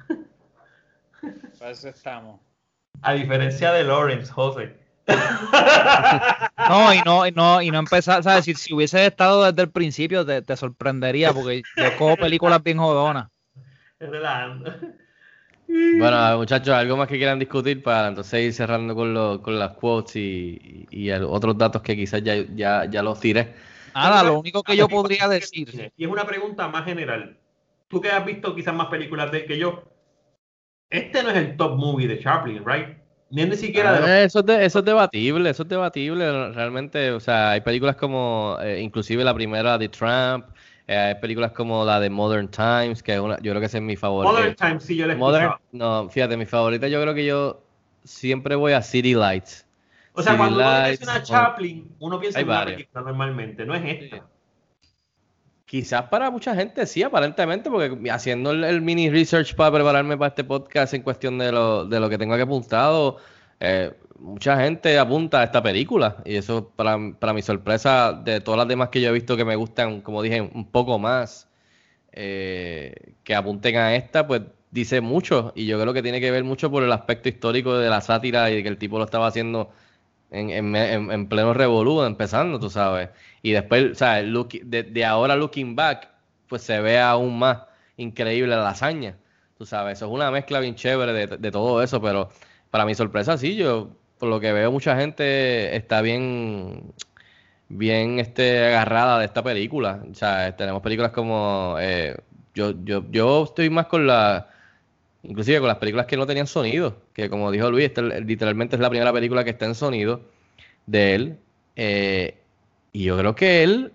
Speaker 9: Para eso estamos.
Speaker 11: A diferencia de Lawrence, José.
Speaker 10: No, y no empezar, ¿sabes? Si hubiese estado desde el principio, te sorprendería, porque yo cojo películas bien jodonas.
Speaker 8: Bueno, muchachos, algo más que quieran discutir para entonces ir cerrando con las quotes y otros datos que quizás ya los tiré.
Speaker 10: Nada, lo único que yo podría decir.
Speaker 11: Y es una pregunta más general. Tú que has visto quizás más películas que yo, este no es el top movie de Chaplin, ¿right? Ni siquiera
Speaker 8: eso es debatible, realmente. O sea, hay películas como, inclusive la primera de Trump, hay películas como la de Modern Times, que es yo creo que esa es mi favorita.
Speaker 11: Modern Times, sí, yo la he escuchado.
Speaker 8: No, fíjate, mi favorita yo creo que yo siempre voy a City Lights.
Speaker 11: O sea, cuando uno piensa en Chaplin, uno piensa en una película normalmente, no es esta.
Speaker 8: Sí. Quizás para mucha gente sí, aparentemente, porque haciendo el mini research para prepararme para este podcast en cuestión de lo que tengo aquí apuntado, mucha gente apunta a esta película. Y eso, para mi sorpresa, de todas las demás que yo he visto que me gustan, como dije, un poco más, que apunten a esta, pues dice mucho. Y yo creo que tiene que ver mucho por el aspecto histórico de la sátira y de que el tipo lo estaba haciendo en pleno revolú, empezando, tú sabes. Y después, o sea, de ahora looking back, pues se ve aún más increíble la hazaña, tú sabes. Eso es una mezcla bien chévere de todo eso, pero para mi sorpresa, sí, yo, por lo que veo, mucha gente está bien agarrada de esta película. O sea, tenemos películas como, yo estoy más inclusive con las películas que no tenían sonido, que como dijo Luis, literalmente es la primera película que está en sonido de él. Y yo creo que él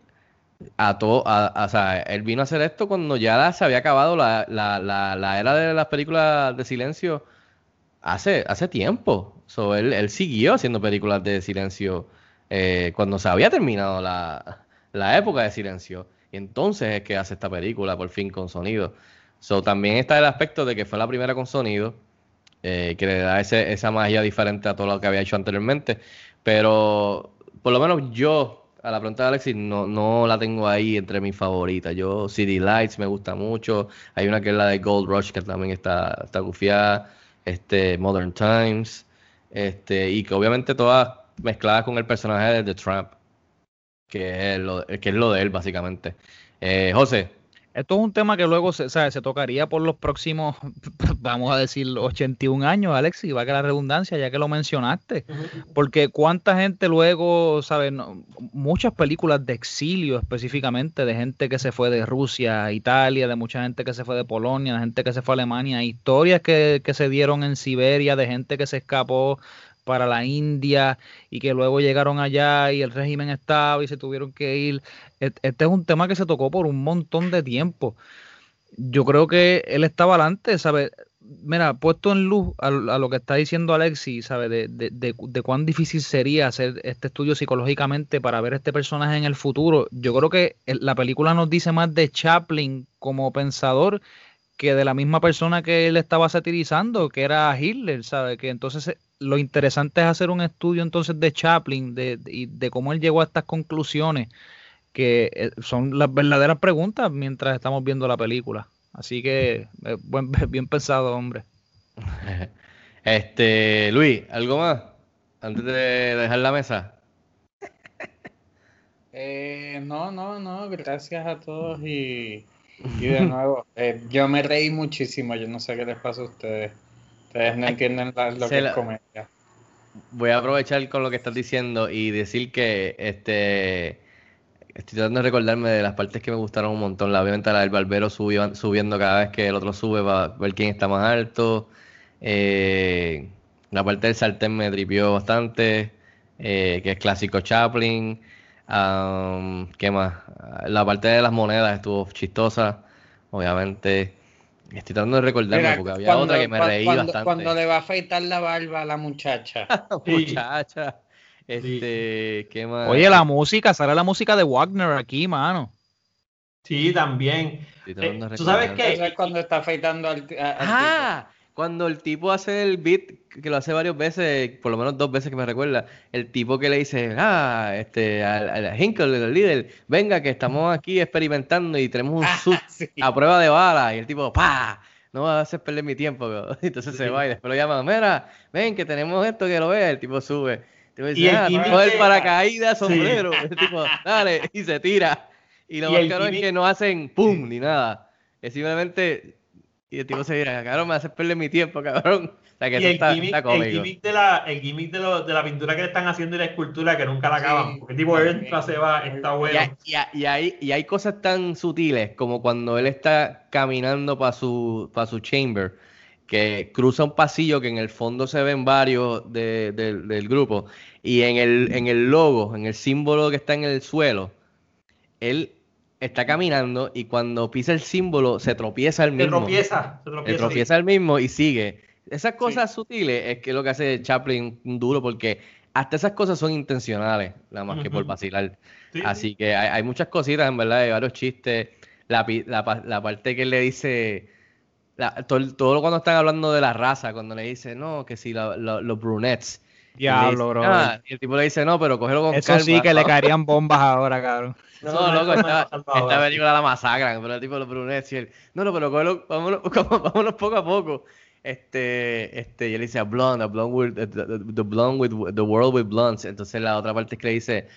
Speaker 8: o sea, él vino a hacer esto cuando ya se había acabado la era de las películas de silencio hace tiempo. So, él siguió haciendo películas de silencio cuando se había terminado la época de silencio. Y entonces es que hace esta película por fin con sonido. So, también está el aspecto de que fue la primera con sonido, que le da esa magia diferente a todo lo que había hecho anteriormente. Pero por lo menos yo, a la pregunta de Alexis, no la tengo ahí entre mis favoritas. Yo, City Lights me gusta mucho. Hay una que es la de Gold Rush, que también está gufiada. Modern Times. Y que obviamente todas mezcladas con el personaje de The Trump, que es lo de él, básicamente. José.
Speaker 10: Esto es un tema que luego se tocaría por los próximos, vamos a decir, 81 años, Alexis, va a quedar la redundancia, ya que lo mencionaste. Porque cuánta gente luego, ¿sabes? Muchas películas de exilio específicamente, de gente que se fue de Rusia a Italia, de mucha gente que se fue de Polonia, de gente que se fue a Alemania, historias que se dieron en Siberia, de gente que se escapó para la India y que luego llegaron allá y el régimen estaba y se tuvieron que ir. Este es un tema que se tocó por un montón de tiempo. Yo creo que él estaba adelante, ¿sabes? mira, puesto en luz a lo que está diciendo Alexi, ¿sabes? De cuán difícil sería hacer este estudio psicológicamente para ver este personaje en el futuro. Yo creo que la película nos dice más de Chaplin como pensador que de la misma persona que él estaba satirizando, que era Hitler, ¿sabes? Que entonces lo interesante es hacer un estudio entonces de Chaplin, de cómo él llegó a estas conclusiones, que son las verdaderas preguntas mientras estamos viendo la película. Así que bien pensado, hombre.
Speaker 8: Luis, ¿algo más? Antes de dejar la mesa.
Speaker 9: No, gracias a todos y de nuevo, yo me reí muchísimo, yo no sé qué les pasa a ustedes. Ustedes no entienden lo que es comedia.
Speaker 8: Voy a aprovechar con lo que estás diciendo y decir que estoy tratando de recordarme de las partes que me gustaron un montón. Obviamente la del barbero subiendo cada vez que el otro sube para ver quién está más alto. La parte del sartén me tripió bastante, que es clásico Chaplin. ¿Qué más? La parte de las monedas estuvo chistosa, obviamente. Estoy tratando de recordarme porque había otra que me reí bastante.
Speaker 9: Cuando le va a afeitar la barba a la muchacha.
Speaker 8: Muchacha. ¿Qué más?
Speaker 10: Oye, la música, sale la música de Wagner aquí, mano.
Speaker 11: Sí, también. ¿Tú sabes qué?
Speaker 9: Es cuando está afeitando al tipo.
Speaker 8: Cuando el tipo hace el beat, que lo hace varias veces, por lo menos 2 veces que me recuerda, el tipo que le dice, al Hinkle, el líder, venga que estamos aquí experimentando y tenemos un suit a prueba de bala, y el tipo, ¡pah! No vas a hacer perder mi tiempo, bro. Entonces se va y después lo llaman, mira, ven que tenemos esto que lo ve, el tipo sube. El tipo dice, coge el paracaídas, sombrero, el tipo, dale, y se tira. Y lo más caro es que no hacen pum, ni nada. Es simplemente... Y el tipo se dirá, cabrón, me haces perder mi tiempo, cabrón. O sea, que
Speaker 11: y
Speaker 8: eso está cómico.
Speaker 11: El gimmick de la pintura que le están haciendo y la escultura que nunca la acaban. Porque el tipo entra, se va, está bueno.
Speaker 8: Y hay cosas tan sutiles como cuando él está caminando para su chamber, que cruza un pasillo que en el fondo se ven varios del grupo. Y en el logo, en el símbolo que está en el suelo, él está caminando y cuando pisa el símbolo se tropieza el mismo. Se tropieza el mismo y sigue. Esas cosas sutiles es que lo que hace Chaplin duro, porque hasta esas cosas son intencionales, nada más que por vacilar. Sí, así que hay muchas cositas, en verdad, hay varios chistes. La parte que él le dice, todo cuando están hablando de la raza, cuando le dice, no, que si los brunettes.
Speaker 10: Diablo, bro.
Speaker 8: Y el tipo le dice, no, pero cógelo con
Speaker 10: eso
Speaker 8: calma.
Speaker 10: Eso sí que le caerían bombas ahora, cabrón.
Speaker 8: No, loco, esta película la masacran, pero el tipo de los brunettes y él, no, pero cógelo, vámonos poco a poco. Y él dice, a blonde with the blonde with the world with blondes. Entonces la otra parte es que le dice,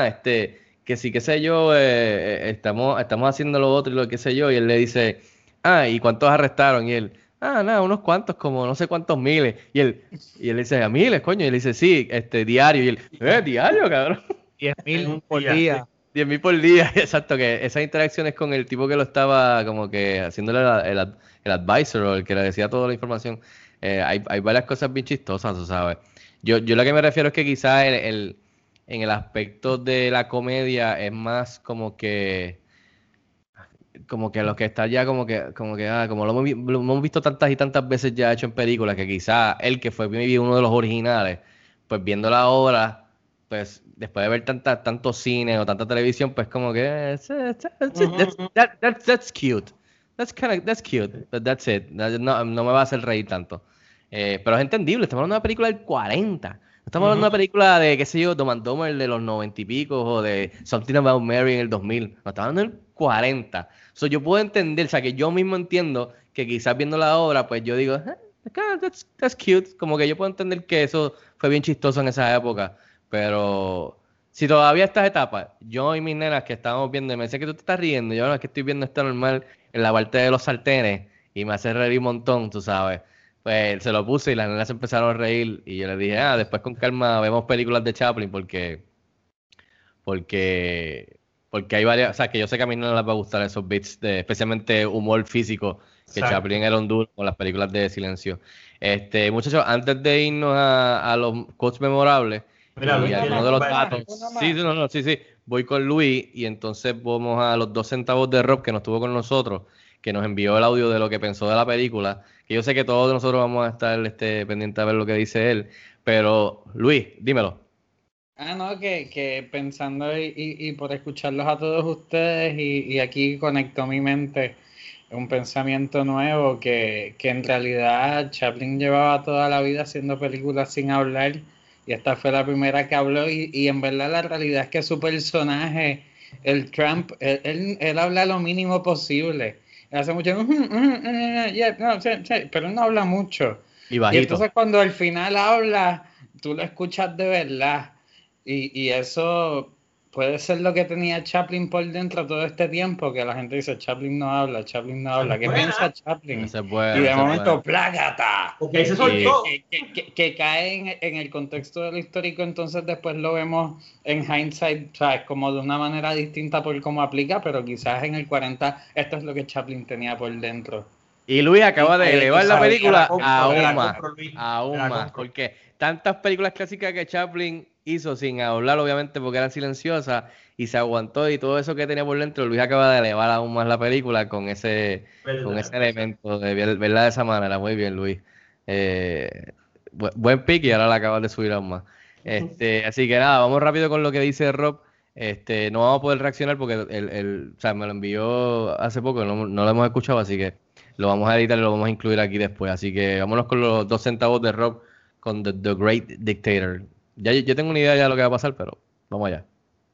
Speaker 8: que sí, qué sé yo, estamos haciendo lo otro y lo que sé yo. Y él le dice, ¿y cuántos arrestaron? Y él, nada, unos cuantos, como no sé cuántos miles. Y él dice, ¿a miles, coño? Y él dice, sí, diario. Y él, ¿diario, cabrón?
Speaker 10: 10,000 por día.
Speaker 8: 10,000 por día, exacto, que esas interacciones con el tipo que lo estaba como que haciéndole el advisor o el que le decía toda la información, hay varias cosas bien chistosas, tú sabes. Yo lo que me refiero es que quizás en el aspecto de la comedia es más como que lo que está ya como lo hemos visto tantas y tantas veces ya hecho en películas, que quizás él que fue uno de los originales, pues viendo la obra, pues después de ver tanto cine o tanta televisión, pues como que that's cute. That's cute, but that's it. No me va a hacer reír tanto. Pero es entendible, estamos hablando de una película del 40. No estamos hablando de una película de, qué sé yo, Dumb and Dumber de los 90 y pico, o de Something About Mary en el 2000. No, estamos hablando del 40. So, yo puedo entender, o sea, que yo mismo entiendo que quizás viendo la obra, pues yo digo, that's cute. Como que yo puedo entender que eso fue bien chistoso en esa época. Pero si todavía estas etapas, yo y mis nenas que estábamos viendo, y me decían que tú te estás riendo, yo no, es que estoy viendo esto normal en la parte de los sartenes y me hace reír un montón, tú sabes. Pues se lo puse y las nenas empezaron a reír y yo les dije, después con calma vemos películas de Chaplin porque hay varias, o sea, que yo sé que a mí no les va a gustar esos beats, especialmente humor físico, que exacto. Chaplin era un duro con las películas de silencio. Muchachos, antes de irnos a los quotes memorables,
Speaker 11: mira,
Speaker 8: y algunos de los datos, sí, voy con Luis y entonces vamos a los 2 centavos de Rob que no estuvo con nosotros, que nos envió el audio de lo que pensó de la película, que yo sé que todos nosotros vamos a estar pendientes a ver lo que dice él, pero Luis, dímelo.
Speaker 9: No, que pensando y por escucharlos a todos ustedes y aquí conectó mi mente un pensamiento nuevo que en realidad Chaplin llevaba toda la vida haciendo películas sin hablar y esta fue la primera que habló y en verdad la realidad es que su personaje, el Trump, él habla lo mínimo posible. Él hace mucho, pero él no habla mucho.
Speaker 8: Y bajito.
Speaker 9: Y entonces cuando al final habla, tú lo escuchas de verdad. Y eso puede ser lo que tenía Chaplin por dentro todo este tiempo, que la gente dice, Chaplin no habla. ¿Qué piensa Chaplin? Y de momento, ¡plágata!
Speaker 11: Porque ahí se soltó.
Speaker 9: Que cae en el contexto del histórico, entonces después lo vemos en hindsight, ¿sabes? Como de una manera distinta por cómo aplica, pero quizás en el 40 esto es lo que Chaplin tenía por dentro.
Speaker 8: Y Luis acaba de elevar la película aún más,
Speaker 11: más,
Speaker 8: porque tantas películas clásicas que Chaplin hizo sin hablar, obviamente, porque eran silenciosas, y se aguantó, y todo eso que tenía por dentro, Luis acaba de elevar aún más la película con ese elemento, de verla de esa manera. Muy bien, Luis. Buen pick, y ahora la acabas de subir aún más. Así que nada, vamos rápido con lo que dice Rob. No vamos a poder reaccionar porque o sea, me lo envió hace poco, no lo hemos escuchado, así que lo vamos a editar y lo vamos a incluir aquí después. Así que vámonos con los 2 centavos de Rob con The Great Dictator. Ya yo tengo una idea ya de lo que va a pasar, pero vamos allá.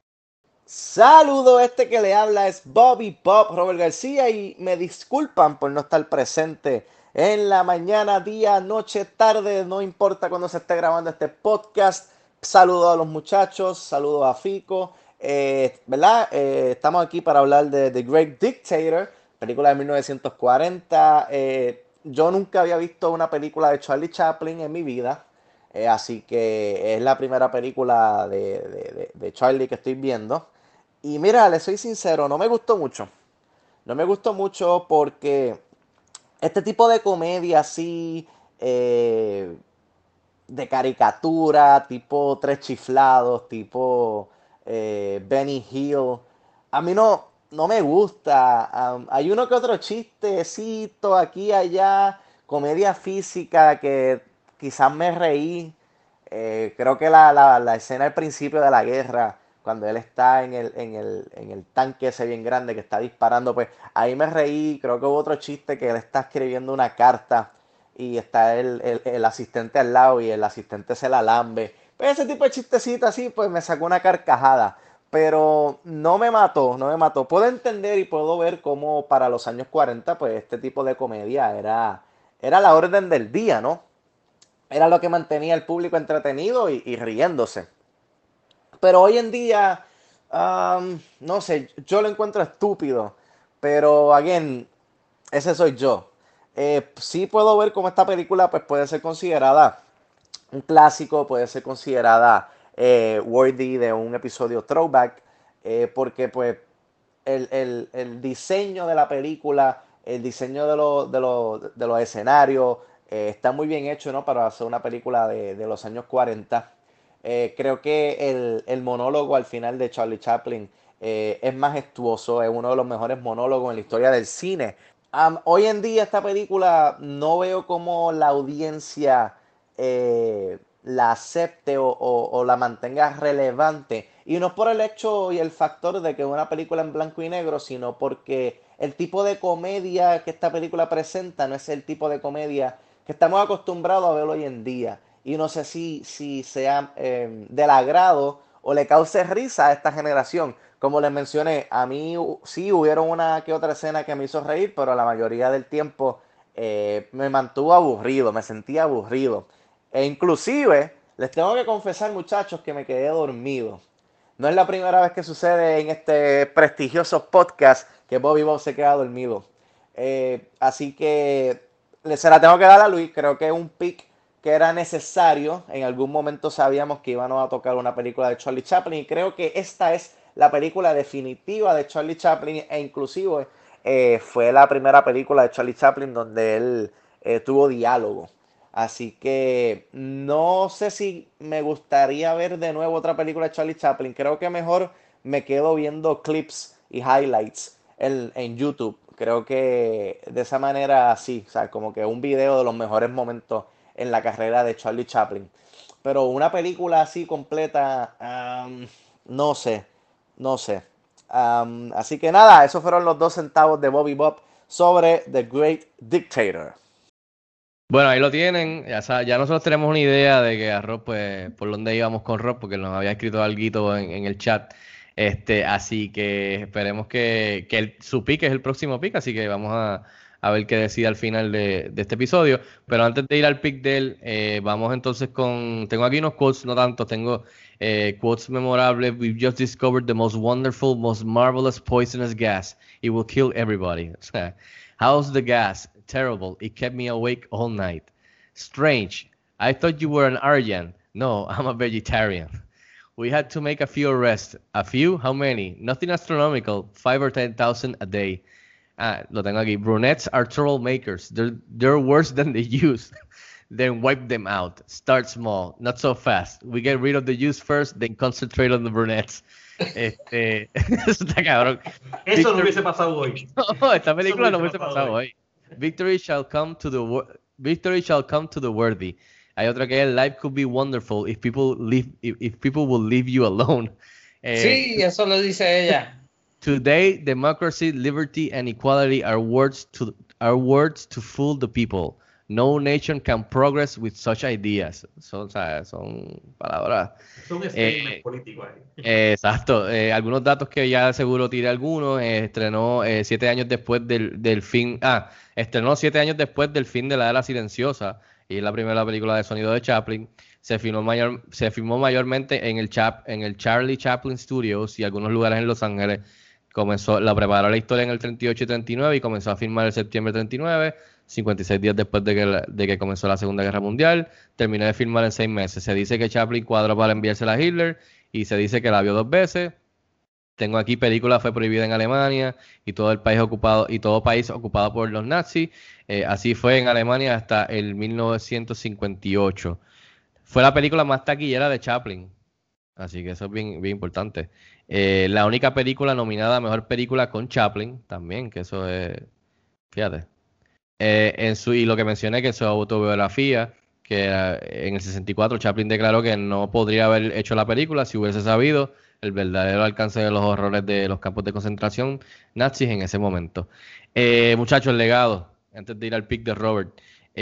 Speaker 12: Saludo, que le habla es Bobby Pop Robert García y me disculpan por no estar presente en la mañana, día, noche, tarde, no importa cuando se esté grabando este podcast. Saludo a los muchachos, saludo a Fico, ¿verdad? Estamos aquí para hablar de The Great Dictator, película de 1940. Yo nunca había visto una película de Charlie Chaplin en mi vida. Así que es la primera película de Charlie que estoy viendo. Y mira, le soy sincero, no me gustó mucho. No me gustó mucho porque este tipo de comedia así, de caricatura, tipo Tres Chiflados, tipo Benny Hill, a mí no me gusta. Hay uno que otro chistecito aquí y allá, comedia física que quizás me reí. Creo que la escena al principio de la guerra, cuando él está en el tanque ese bien grande que está disparando, pues ahí me reí. Creo que hubo otro chiste que él está escribiendo una carta y está el asistente al lado y el asistente se la lambe. Pues ese tipo de chistecito así, pues me sacó una carcajada. Pero no me mató. Puedo entender y puedo ver cómo para los años 40, pues este tipo de comedia era la orden del día, ¿no? Era lo que mantenía al público entretenido y riéndose. Pero hoy en día, no sé, yo lo encuentro estúpido. Pero, again, ese soy yo. Sí puedo ver cómo esta película pues, puede ser considerada un clásico, puede ser considerada worthy de un episodio throwback. Porque pues el diseño de la película, el diseño de los escenarios, está muy bien hecho, ¿no? Para hacer una película de los años 40. Creo que el monólogo al final de Charlie Chaplin es majestuoso, es uno de los mejores monólogos en la historia del cine. Hoy en día esta película no veo cómo la audiencia la acepte o la mantenga relevante. Y no por el hecho y el factor de que es una película en blanco y negro, sino porque el tipo de comedia que esta película presenta no es el tipo de comedia que estamos acostumbrados a ver hoy en día. Y no sé si sea del agrado o le cause risa a esta generación. Como les mencioné, a mí sí hubieron una que otra escena que me hizo reír, pero la mayoría del tiempo me mantuvo aburrido, me sentía aburrido. E inclusive, les tengo que confesar, muchachos, que me quedé dormido. No es la primera vez que sucede en este prestigioso podcast que Bobby Bob se queda dormido. Así que se la tengo que dar a Luis. Creo que es un pick que era necesario. En algún momento sabíamos que íbamos a tocar una película de Charlie Chaplin y creo que esta es la película definitiva de Charlie Chaplin e inclusive fue la primera película de Charlie Chaplin donde él tuvo diálogo. Así que no sé si me gustaría ver de nuevo otra película de Charlie Chaplin. Creo que mejor me quedo viendo clips y highlights en YouTube. Creo que de esa manera sí, o sea, como que un video de los mejores momentos en la carrera de Charlie Chaplin. Pero una película así completa, no sé, no sé. Así que nada, esos fueron los 2 centavos de Bobby Bob sobre The Great Dictator.
Speaker 8: Bueno, ahí lo tienen. Ya nosotros tenemos una idea de que a Rob, pues, por dónde íbamos con Rob, porque nos había escrito algo en el chat. Así que esperemos que su pick es el próximo pick, así que vamos a ver qué decide al final de este episodio. Pero antes de ir al pick de él, vamos entonces tengo aquí unos quotes, no tanto, tengo quotes memorables. We've just discovered the most wonderful, most marvelous poisonous gas. It will kill everybody. O sea, how's the gas? Terrible. It kept me awake all night. Strange. I thought you were an Aryan. No, I'm a vegetarian. We had to make a few arrests. A few? How many? Nothing astronomical. 5 or 10,000 a day. Lo tengo aquí. Brunettes are troublemakers. They're worse than the youth. Then wipe them out. Start small. Not so fast. We get rid of the youth first, then concentrate on the brunettes. Eso está cabrón.
Speaker 11: Eso no hubiese pasado hoy.
Speaker 8: No, esta película no hubiese pasado hoy. Victory shall come to the worthy. Hay otra que es Life could be wonderful if people will leave you alone.
Speaker 9: Sí, eso lo dice ella.
Speaker 8: Today, democracy, liberty, and equality are words to fool the people. No nation can progress with such ideas. Son palabras.
Speaker 11: Son statements políticos ahí.
Speaker 8: Exacto. Algunos datos que ya seguro tiré algunos. Estrenó 7 años después del fin. Estrenó 7 años después del fin de la Era Silenciosa. Y es la primera película de sonido de Chaplin. Se filmó mayormente en el Charlie Chaplin Studios y algunos lugares en Los Ángeles. Preparó la historia en el 38 y 39 y comenzó a filmar en septiembre 39, 56 días después de que comenzó la Segunda Guerra Mundial. Terminó de filmar en 6 meses. Se dice que Chaplin cuadró para enviársela a Hitler y se dice que la vio 2 veces. Tengo aquí, película fue prohibida en Alemania y todo país ocupado por los nazis. Así fue en Alemania hasta el 1958. Fue la película más taquillera de Chaplin. Así que eso es bien, bien importante. La única película nominada a Mejor Película con Chaplin, también, que eso es... Fíjate. Y lo que mencioné, que en su autobiografía, que en el 64 Chaplin declaró que no podría haber hecho la película si hubiese sabido el verdadero alcance de los horrores de los campos de concentración nazis en ese momento. Muchachos, el legado, antes de ir al pick de Robert.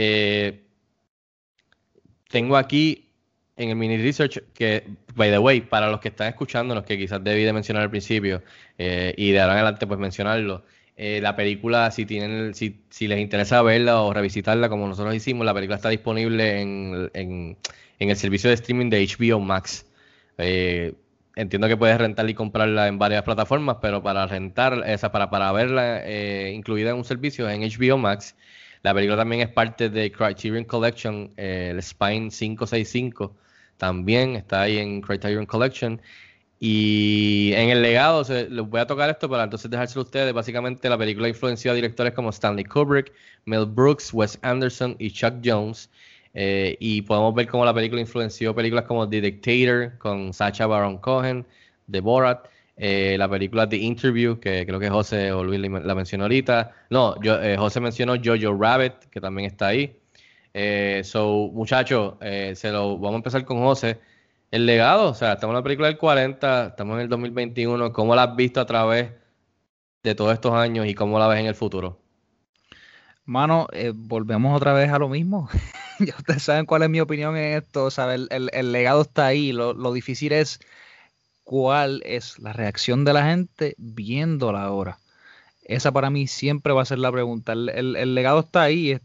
Speaker 8: Tengo aquí en el mini research que, by the way, para los que están escuchando, los que quizás debí de mencionar al principio y de ahora en adelante pues mencionarlo, la película, si les interesa verla o revisitarla como nosotros hicimos, la película está disponible en el servicio de streaming de HBO Max. Entiendo que puedes rentarla y comprarla en varias plataformas, pero para para verla incluida en un servicio en HBO Max. La película también es parte de Criterion Collection, el Spine 565, también está ahí en Criterion Collection. Y en el legado, les voy a tocar esto para entonces dejárselo a ustedes. Básicamente la película influenció a directores como Stanley Kubrick, Mel Brooks, Wes Anderson y Chuck Jones. Y podemos ver cómo la película influenció películas como The Dictator con Sacha Baron Cohen, The Borat, la película The Interview, que creo que José o Luis la mencionó ahorita. No, José mencionó Jojo Rabbit, que también está ahí. Muchachos, vamos a empezar con José. El legado, o sea, estamos en la película del 40, estamos en el 2021. ¿Cómo la has visto a través de todos estos años y cómo la ves en el futuro?
Speaker 10: Mano, volvemos otra vez a lo mismo. Ya ustedes saben cuál es mi opinión en esto. O sea, el legado está ahí. Lo difícil es cuál es la reacción de la gente viéndola ahora. Esa para mí siempre va a ser la pregunta. El legado está ahí,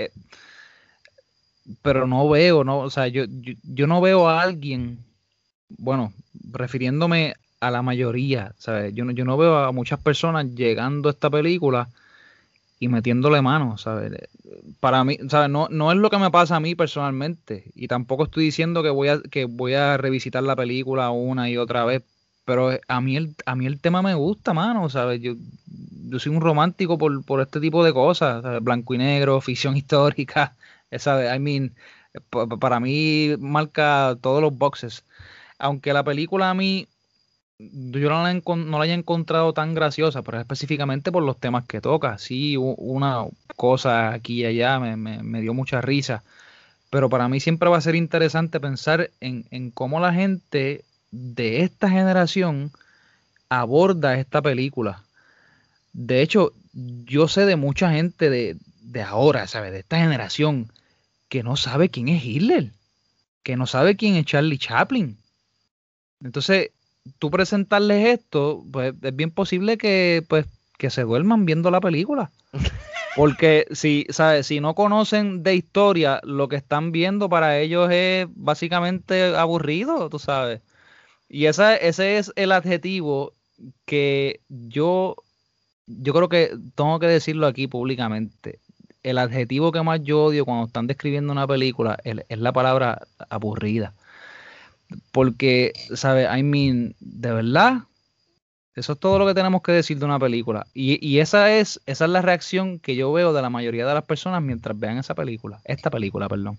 Speaker 10: pero no veo, o sea, yo no veo a alguien, bueno, refiriéndome a la mayoría, ¿sabes? Yo no veo a muchas personas llegando a esta película y metiéndole mano, ¿sabes? Para mí, ¿sabes? No es lo que me pasa a mí personalmente, y tampoco estoy diciendo que voy a revisitar la película una y otra vez, pero a mí el tema me gusta, mano, ¿sabes? Yo soy un romántico por este tipo de cosas, ¿sabes? Blanco y negro, ficción histórica, ¿sabes? Para mí marca todos los boxes. Aunque la película a mí yo no la haya encontrado tan graciosa, pero específicamente por los temas que toca. Sí, una cosa aquí y allá me dio mucha risa, pero para mí siempre va a ser interesante pensar en cómo la gente de esta generación aborda esta película. De hecho, yo sé de mucha gente de ahora, ¿sabes? De esta generación, que no sabe quién es Hitler, que no sabe quién es Charlie Chaplin. Entonces, tú presentarles esto, pues es bien posible que se duerman viendo la película. Porque ¿sabes? Si no conocen de historia, lo que están viendo para ellos es básicamente aburrido, tú sabes. Y ese es el adjetivo que yo creo que tengo que decirlo aquí públicamente. El adjetivo que más yo odio cuando están describiendo una película es la palabra aburrida. Porque, ¿sabes? De verdad, eso es todo lo que tenemos que decir de una película. Y esa es la reacción que yo veo de la mayoría de las personas mientras vean esta película, perdón.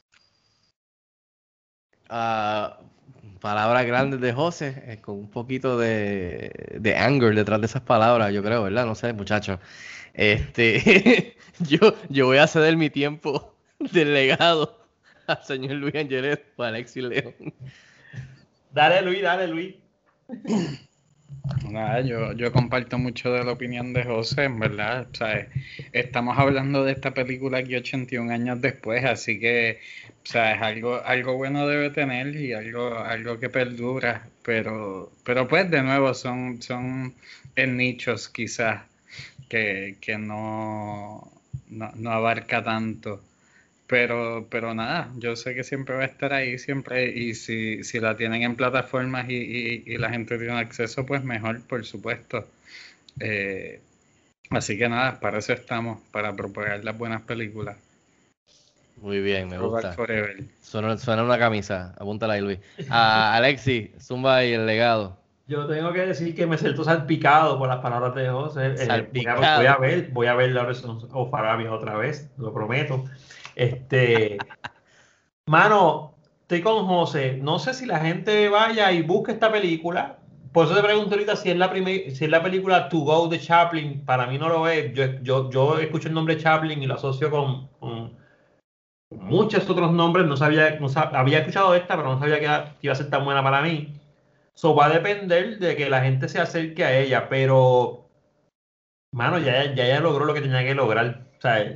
Speaker 8: Palabras grandes de José, con un poquito de anger detrás de esas palabras, yo creo, ¿verdad? No sé, muchachos. Yo voy a ceder mi tiempo del legado al señor Luis Angelet o a Alexis León.
Speaker 11: Dale, Luis.
Speaker 9: Nada, yo comparto mucho de la opinión de José, en verdad. O sea, estamos hablando de esta película aquí 81 años después, así que, o sea, es algo bueno debe tener y algo que perdura, pero pues de nuevo son en nichos quizás que no abarca tanto. Pero nada, yo sé que siempre va a estar ahí, siempre, y si la tienen en plataformas y la gente tiene acceso, pues mejor, por supuesto. Así que nada, para eso estamos, para propagar las buenas películas.
Speaker 8: Muy bien, me gusta.
Speaker 9: Forever.
Speaker 8: Suena una camisa, apúntala ahí, Luis. Alexis, zumba y el legado.
Speaker 11: Yo tengo que decir que me siento salpicado por las palabras de José. Voy a ver Lawrence of Arabia otra vez, lo prometo. Mano, estoy con José. No sé si la gente vaya y busque esta película. Por eso te pregunto ahorita si es la película To Go de Chaplin. Para mí no lo es. Yo escucho el nombre Chaplin y lo asocio con muchos otros nombres. Había escuchado esta, pero no sabía que iba a ser tan buena para mí. So va a depender de que la gente se acerque a ella, pero mano, ya logró lo que tenía que lograr. O sea,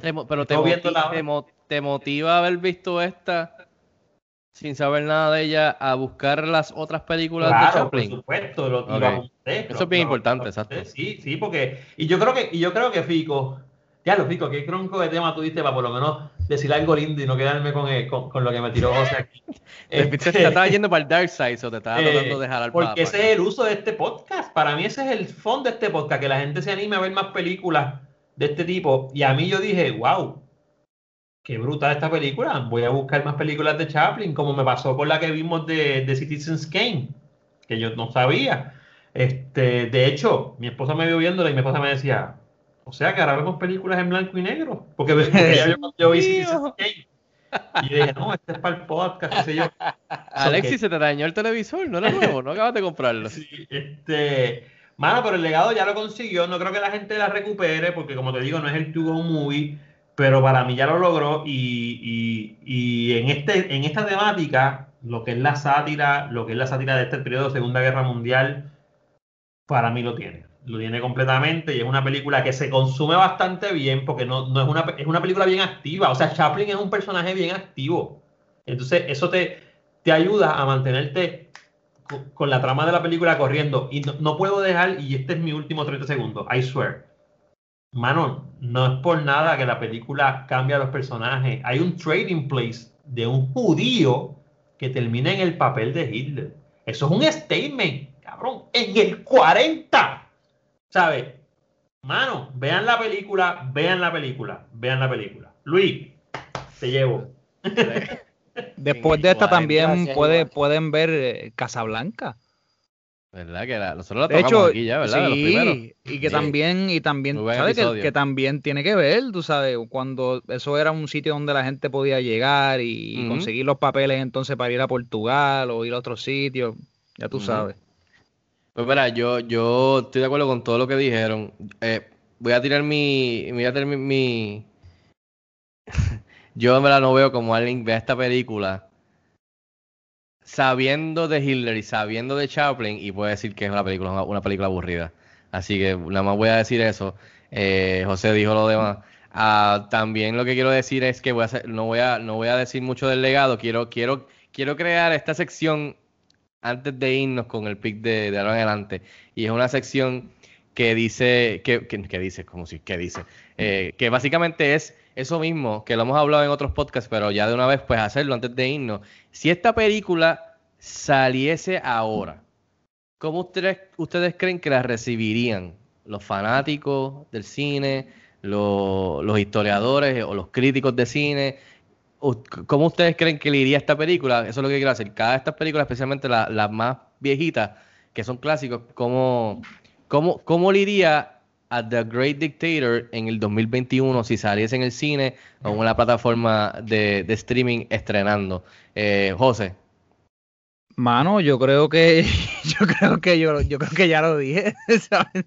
Speaker 8: ¿Te motiva haber visto esta sin saber nada de ella a buscar las otras películas de Chaplin?
Speaker 11: Por supuesto,
Speaker 8: Okay. Eso es bien importante, exacto.
Speaker 11: Sí, porque y yo creo que Fico, qué tronco de tema tú diste para por lo menos decir algo lindo y no quedarme con lo que me tiró José aquí.
Speaker 8: Te estaba yendo para el dark side, o te estaba tratando de jalar para
Speaker 11: porque ese es el uso de este podcast. Para mí ese es el fondo de este podcast, que la gente se anime a ver más películas de este tipo. Y a mí yo dije, wow, qué brutal esta película. Voy a buscar más películas de Chaplin, como me pasó con la que vimos de Citizen Kane, que yo no sabía. De hecho, mi esposa me vio viéndola y mi esposa me decía, o sea que ahora vemos películas en blanco y negro, porque yo vi Citizen Kane. Y yo dije, no, este es para el podcast, qué sé yo.
Speaker 8: Alexis, se te dañó el televisor, no era nuevo, no acabas de comprarlo.
Speaker 11: Sí, mano, pero el legado ya lo consiguió. No creo que la gente la recupere, porque como te digo, no es el To Go Movie, pero para mí ya lo logró. Y en esta temática, lo que es la sátira de este periodo de Segunda Guerra Mundial, para mí lo tiene completamente, y es una película que se consume bastante bien, porque no es una película bien activa. O sea, Chaplin es un personaje bien activo, entonces eso te ayuda a mantenerte con la trama de la película corriendo. Y no puedo dejar, y este es mi último 30 segundos, I swear, mano, no es por nada que la película cambia a los personajes. Hay un trading place de un judío que termina en el papel de Hitler. Eso es un statement, cabrón, en el 40. ¿Sabes? Mano, vean la película. Luis, te llevo.
Speaker 10: Después de esta también pueden ver Casablanca.
Speaker 8: ¿Verdad? Que nosotros la
Speaker 10: de
Speaker 8: tocamos
Speaker 10: hecho,
Speaker 8: aquí ya, ¿verdad?
Speaker 10: Sí, y que también ¿sabes? Que también tiene que ver, tú sabes, cuando eso era un sitio donde la gente podía llegar y conseguir los papeles entonces para ir a Portugal o ir a otros sitios, ya tú sabes.
Speaker 8: Pues mira, yo estoy de acuerdo con todo lo que dijeron. Voy a tirar mi... Yo en verdad no veo como alguien vea esta película sabiendo de Hitler y sabiendo de Chaplin y puede decir que es una película aburrida. Así que nada más voy a decir eso. José dijo lo demás. También lo que quiero decir es que no voy a decir mucho del legado. Quiero crear esta sección antes de irnos con el pick de ahora en adelante. Y es una sección que dice, que básicamente es eso mismo, que lo hemos hablado en otros podcasts, pero ya de una vez pues hacerlo antes de irnos. Si esta película saliese ahora, ¿cómo ustedes creen que la recibirían los fanáticos del cine, los historiadores o los críticos de cine? ¿Cómo ustedes creen que le iría a esta película? Eso es lo que quiero hacer. Cada de estas películas, especialmente las más viejitas, que son clásicos, ¿cómo le iría a The Great Dictator en el 2021 si saliese en el cine o en una plataforma de streaming estrenando? José.
Speaker 10: Mano, yo creo que ya lo dije, ¿sabes?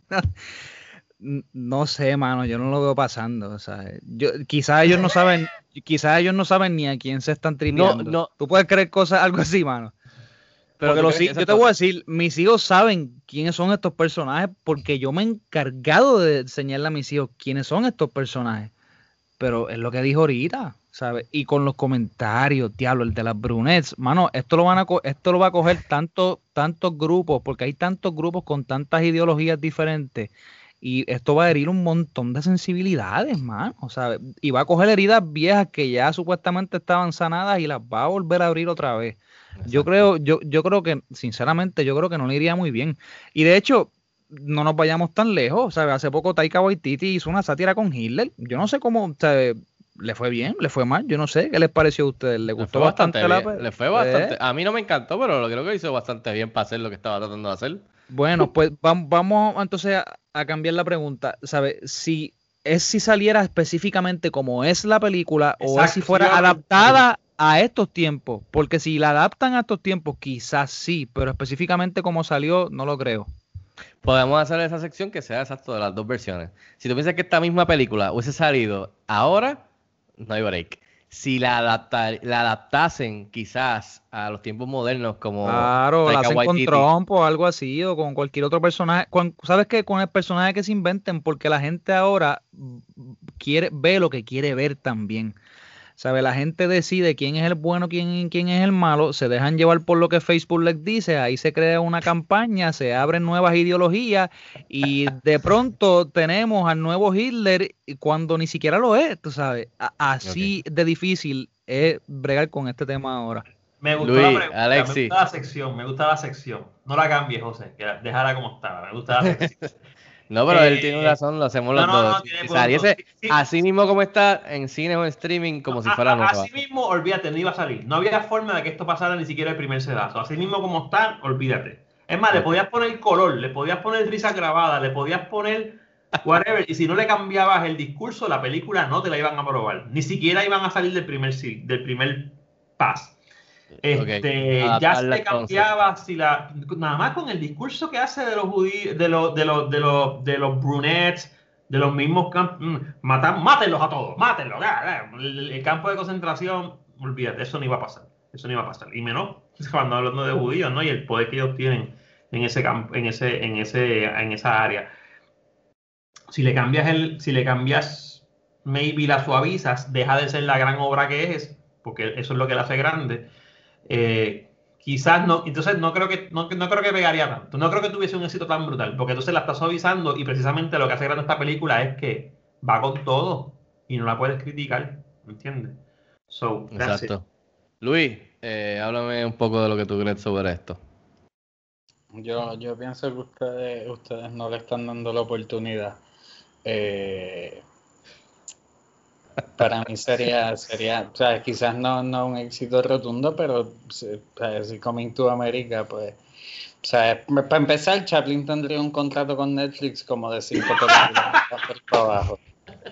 Speaker 10: No sé, mano, yo no lo veo pasando, o sea, quizás ellos no saben ni a quién se están tripeando.
Speaker 8: No.
Speaker 10: Tú puedes creer algo así, mano. Pero yo te voy a decir, mis hijos saben quiénes son estos personajes porque yo me he encargado de enseñarle a mis hijos quiénes son estos personajes. Pero es lo que dijo ahorita, ¿sabes? Y con los comentarios, diablo, el de las brunettes, mano, esto lo va a coger tantos grupos, porque hay tantos grupos con tantas ideologías diferentes. Y esto va a herir un montón de sensibilidades, mano, ¿sabes? Y va a coger heridas viejas que ya supuestamente estaban sanadas y las va a volver a abrir otra vez. Yo creo que, sinceramente, no le iría muy bien. Y de hecho, no nos vayamos tan lejos, ¿sabes? Hace poco Taika Waititi hizo una sátira con Hitler. Yo no sé cómo, ¿sabes? ¿Le fue bien? ¿Le fue mal? Yo no sé. ¿Qué les pareció a ustedes? ¿Le gustó bastante?
Speaker 8: Le fue bastante. A mí no me encantó, pero creo que hizo bastante bien para hacer lo que estaba tratando de hacer.
Speaker 10: Bueno, pues vamos entonces a cambiar la pregunta, ¿sabes? Si saliera específicamente como es la película o es si fuera adaptada a estos tiempos, porque si la adaptan a estos tiempos quizás sí, pero específicamente como salió no lo creo.
Speaker 8: Podemos hacer esa sección que sea exacto de las dos versiones. Si tú piensas que esta misma película hubiese salido ahora, no hay break. Si la adaptasen quizás a los tiempos modernos como
Speaker 10: claro, la hacen
Speaker 8: Waititi,
Speaker 10: con Trump o algo así o con cualquier otro personaje, ¿sabes qué? Con el personaje que se inventen, porque la gente ahora ve lo que quiere ver también. ¿Sabe? La gente decide quién es el bueno, quién es el malo, se dejan llevar por lo que Facebook les dice, ahí se crea una campaña, se abren nuevas ideologías y de pronto tenemos al nuevo Hitler cuando ni siquiera lo es, tú sabes. Así de difícil es bregar con este tema ahora.
Speaker 11: Me gustó la pregunta, me gusta la sección. No la cambies, José, que déjala como estaba, me gusta la sección.
Speaker 8: No, pero él tiene razón, lo hacemos los dos. Así mismo como está en cine o en streaming, como si fuera nueva.
Speaker 11: Así mismo, olvídate, no iba a salir. No había forma de que esto pasara ni siquiera el primer sedazo. Así mismo como está, olvídate. Es más, le podías poner color, le podías poner risa grabada, le podías poner whatever. Y si no le cambiabas el discurso, la película no te la iban a aprobar. Ni siquiera iban a salir del primer pass. Ya se le cambiaba nada más con el discurso que hace de los judíos, de los brunettes, de los mismos mátenlos a todos, mátenlos, el campo de concentración, olvídate, eso no iba a pasar, y menos cuando hablando de judíos, ¿no? Y el poder que ellos tienen en ese campo, en esa área. Si le cambias maybe la suavizas, deja de ser la gran obra que es, porque eso es lo que la hace grande. Quizás no, entonces no creo que pegaría tanto, no creo que tuviese un éxito tan brutal, porque entonces la está suavizando y precisamente lo que hace grande esta película es que va con todo y no la puedes criticar, ¿entiendes?
Speaker 8: Exacto. Luis, háblame un poco de lo que tú crees sobre esto.
Speaker 9: Yo pienso que ustedes no le están dando la oportunidad. Para mí sería, o sea, quizás no un éxito rotundo, pero si Coming to America, pues, o sea, para empezar, Chaplin tendría un contrato con Netflix como de 5 películas para abajo.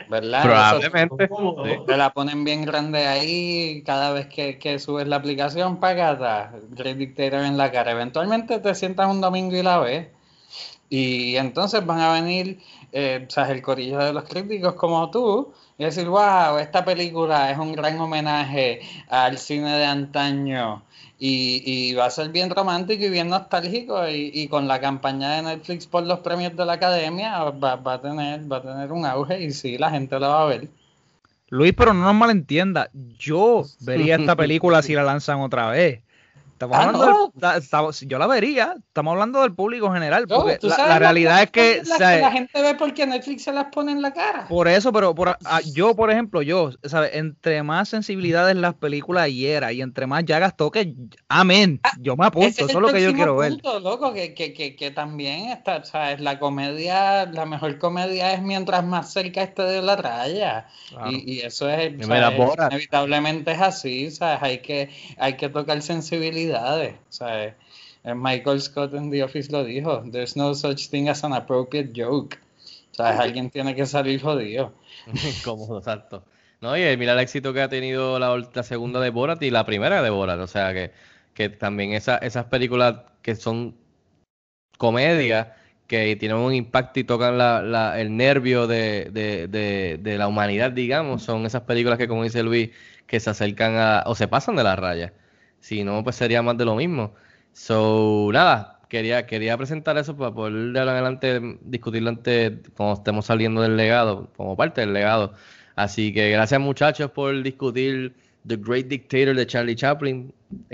Speaker 9: ¿verdad?
Speaker 8: Probablemente.
Speaker 11: Eso,
Speaker 9: te la ponen bien grande ahí cada vez que subes la aplicación, pagata, Great Dictator en la cara. Eventualmente te sientas un domingo y la ves. Y entonces van a venir, ¿sabes? El corillo de los críticos como tú y decir, wow, esta película es un gran homenaje al cine de antaño y va a ser bien romántico y bien nostálgico y con la campaña de Netflix por los premios de la Academia va a tener un auge y sí, la gente lo va a ver.
Speaker 10: Luis, pero no nos malentienda. Yo vería esta película si la lanzan otra vez. Estamos hablando yo la vería. Estamos hablando del público general. Porque la realidad es que
Speaker 9: la gente ve porque Netflix se las pone en la cara.
Speaker 10: Por eso, pero yo, por ejemplo, ¿sabes? Entre más sensibilidades las películas hiera y entre más llagas toque, amén. Yo me apunto, eso es lo que yo quiero ver.
Speaker 9: Loco, que también está, ¿sabes? La mejor comedia es mientras más cerca esté de la raya. Claro. Y eso es, inevitablemente es así, ¿sabes? Hay que tocar sensibilidades, ¿sabes? Michael Scott en The Office lo dijo, there's no such thing as an appropriate joke. ¿Sabes? Alguien tiene que salir jodido.
Speaker 8: Cómodo, exacto. No, y mira el éxito que ha tenido la segunda de Borat y la primera de Borat. O sea, que también esas películas que son comedias, que tienen un impacto y tocan el nervio de la humanidad, digamos, son esas películas que, como dice Luis, que se acercan o se pasan de la raya. Si no, pues sería más de lo mismo. So, nada, quería presentar eso para poder de adelante discutirlo cuando estemos saliendo del legado, como parte del legado. Así que gracias, muchachos, por discutir The Great Dictator de Charlie Chaplin.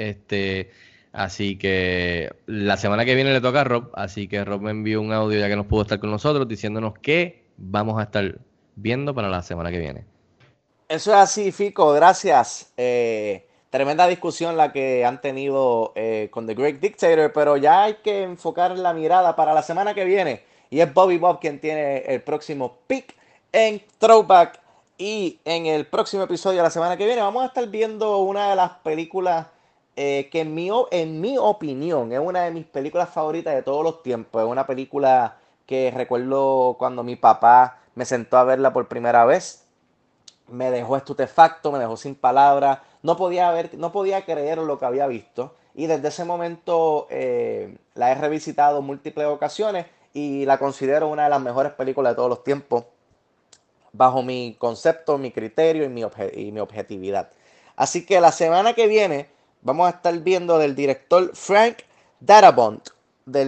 Speaker 8: Así que la semana que viene le toca a Rob. Así que Rob me envió un audio ya que no pudo estar con nosotros diciéndonos qué vamos a estar viendo para la semana que viene.
Speaker 12: Eso es así, Fico, gracias. Tremenda discusión la que han tenido con The Great Dictator, pero ya hay que enfocar la mirada para la semana que viene. Y es Bobby Bob quien tiene el próximo pick en Throwback. Y en el próximo episodio de la semana que viene vamos a estar viendo una de las películas que en mi opinión es una de mis películas favoritas de todos los tiempos. Es una película que recuerdo cuando mi papá me sentó a verla por primera vez. Me dejó estupefacto, me dejó sin palabras. No podía creer lo que había visto. Y desde ese momento la he revisitado múltiples ocasiones y la considero una de las mejores películas de todos los tiempos, bajo mi concepto, mi criterio y mi objetividad. Así que la semana que viene vamos a estar viendo del director Frank Darabont del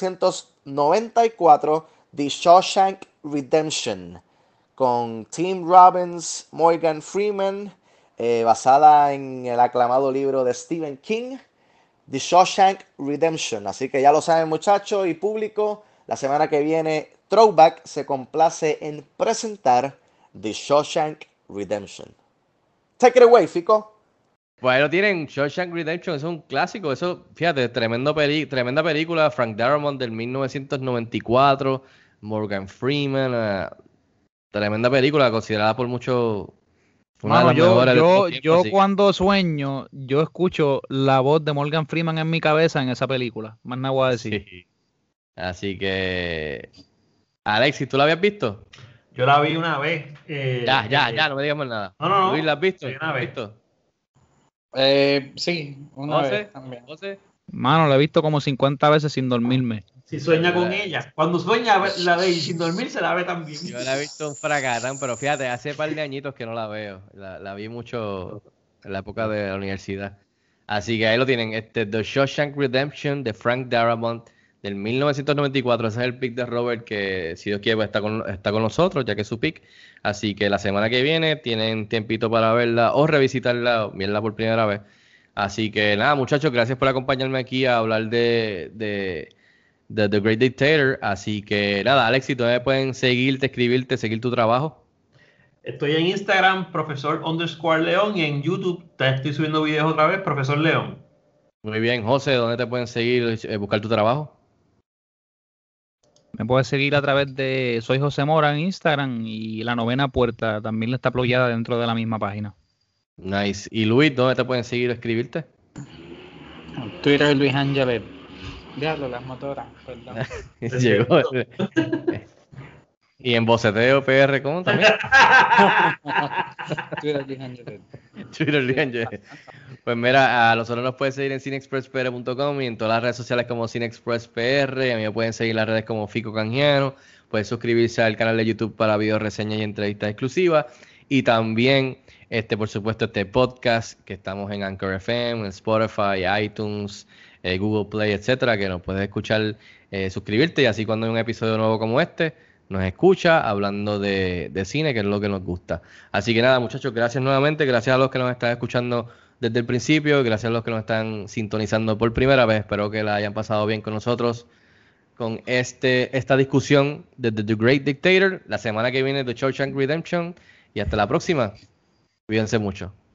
Speaker 12: 1994, The Shawshank Redemption, con Tim Robbins, Morgan Freeman, basada en el aclamado libro de Stephen King, The Shawshank Redemption. Así que ya lo saben, muchachos y público, la semana que viene Throwback se complace en presentar The Shawshank Redemption. Take it away, Fico.
Speaker 8: Pues ahí lo tienen, Shawshank Redemption, es un clásico, eso, fíjate, tremenda película, Frank Darabont del 1994, Morgan Freeman, tremenda película, considerada por muchos una de las mejores de todo tiempo,
Speaker 10: yo cuando sueño, yo escucho la voz de Morgan Freeman en mi cabeza en esa película, más nada voy a decir.
Speaker 8: Sí. Así que, Alexis, ¿tú la habías visto?
Speaker 11: Yo la vi una vez.
Speaker 8: Ya, no me digas más nada.
Speaker 11: No.
Speaker 8: Luis, ¿la has visto?
Speaker 11: Una vez.
Speaker 9: Sí, una vez también.
Speaker 10: Mano, la he visto como 50 veces sin dormirme.
Speaker 11: Si sueña con ella. Cuando sueña la ve y sin dormir se la ve también.
Speaker 8: Yo la he visto un fracatán, pero fíjate, hace par de añitos que no la veo. La vi mucho en la época de la universidad. Así que ahí lo tienen, The Shawshank Redemption de Frank Darabont del 1994. Ese es el pick de Robert, que si Dios quiere pues, está con nosotros, ya que es su pick. Así que la semana que viene tienen tiempito para verla o revisitarla o verla por primera vez. Así que nada, muchachos, gracias por acompañarme aquí a hablar de The Great Dictator. Así que nada, Alexis, ¿dónde pueden seguirte, escribirte, seguir tu trabajo?
Speaker 11: Estoy en Instagram, profesor_León, y en YouTube estoy subiendo videos otra vez, Profesor León.
Speaker 8: Muy bien, José, ¿dónde te pueden seguir, buscar tu trabajo?
Speaker 10: Me puedes seguir a través de Soy José Mora en Instagram, y La Novena Puerta también está plugueada dentro de la misma página.
Speaker 8: Nice. ¿Y Luis, dónde te pueden seguir o escribirte?
Speaker 9: Twitter, Luis Ángeles. Diablo, las motoras, perdón.
Speaker 8: Llegó. Y en Boceteo PR, ¿cómo también? Twitter Liangel. Pues mira, a nosotros nos pueden seguir en cinexpresspr.com y en todas las redes sociales como cinexpresspr. A mí me pueden seguir en las redes como Fico Canjiano. Pueden suscribirse al canal de YouTube para video reseñas y entrevistas exclusivas. Y también, por supuesto, este podcast que estamos en Anchor FM, en Spotify, iTunes, Google Play, etcétera, que nos puedes escuchar, suscribirte y así cuando hay un episodio nuevo como este, nos escucha hablando de cine, que es lo que nos gusta. Así que nada, muchachos, gracias nuevamente, gracias a los que nos están escuchando desde el principio, gracias a los que nos están sintonizando por primera vez. Espero que la hayan pasado bien con nosotros con esta discusión de The Great Dictator. La semana que viene The Shawshank Redemption y hasta la próxima. Cuídense mucho.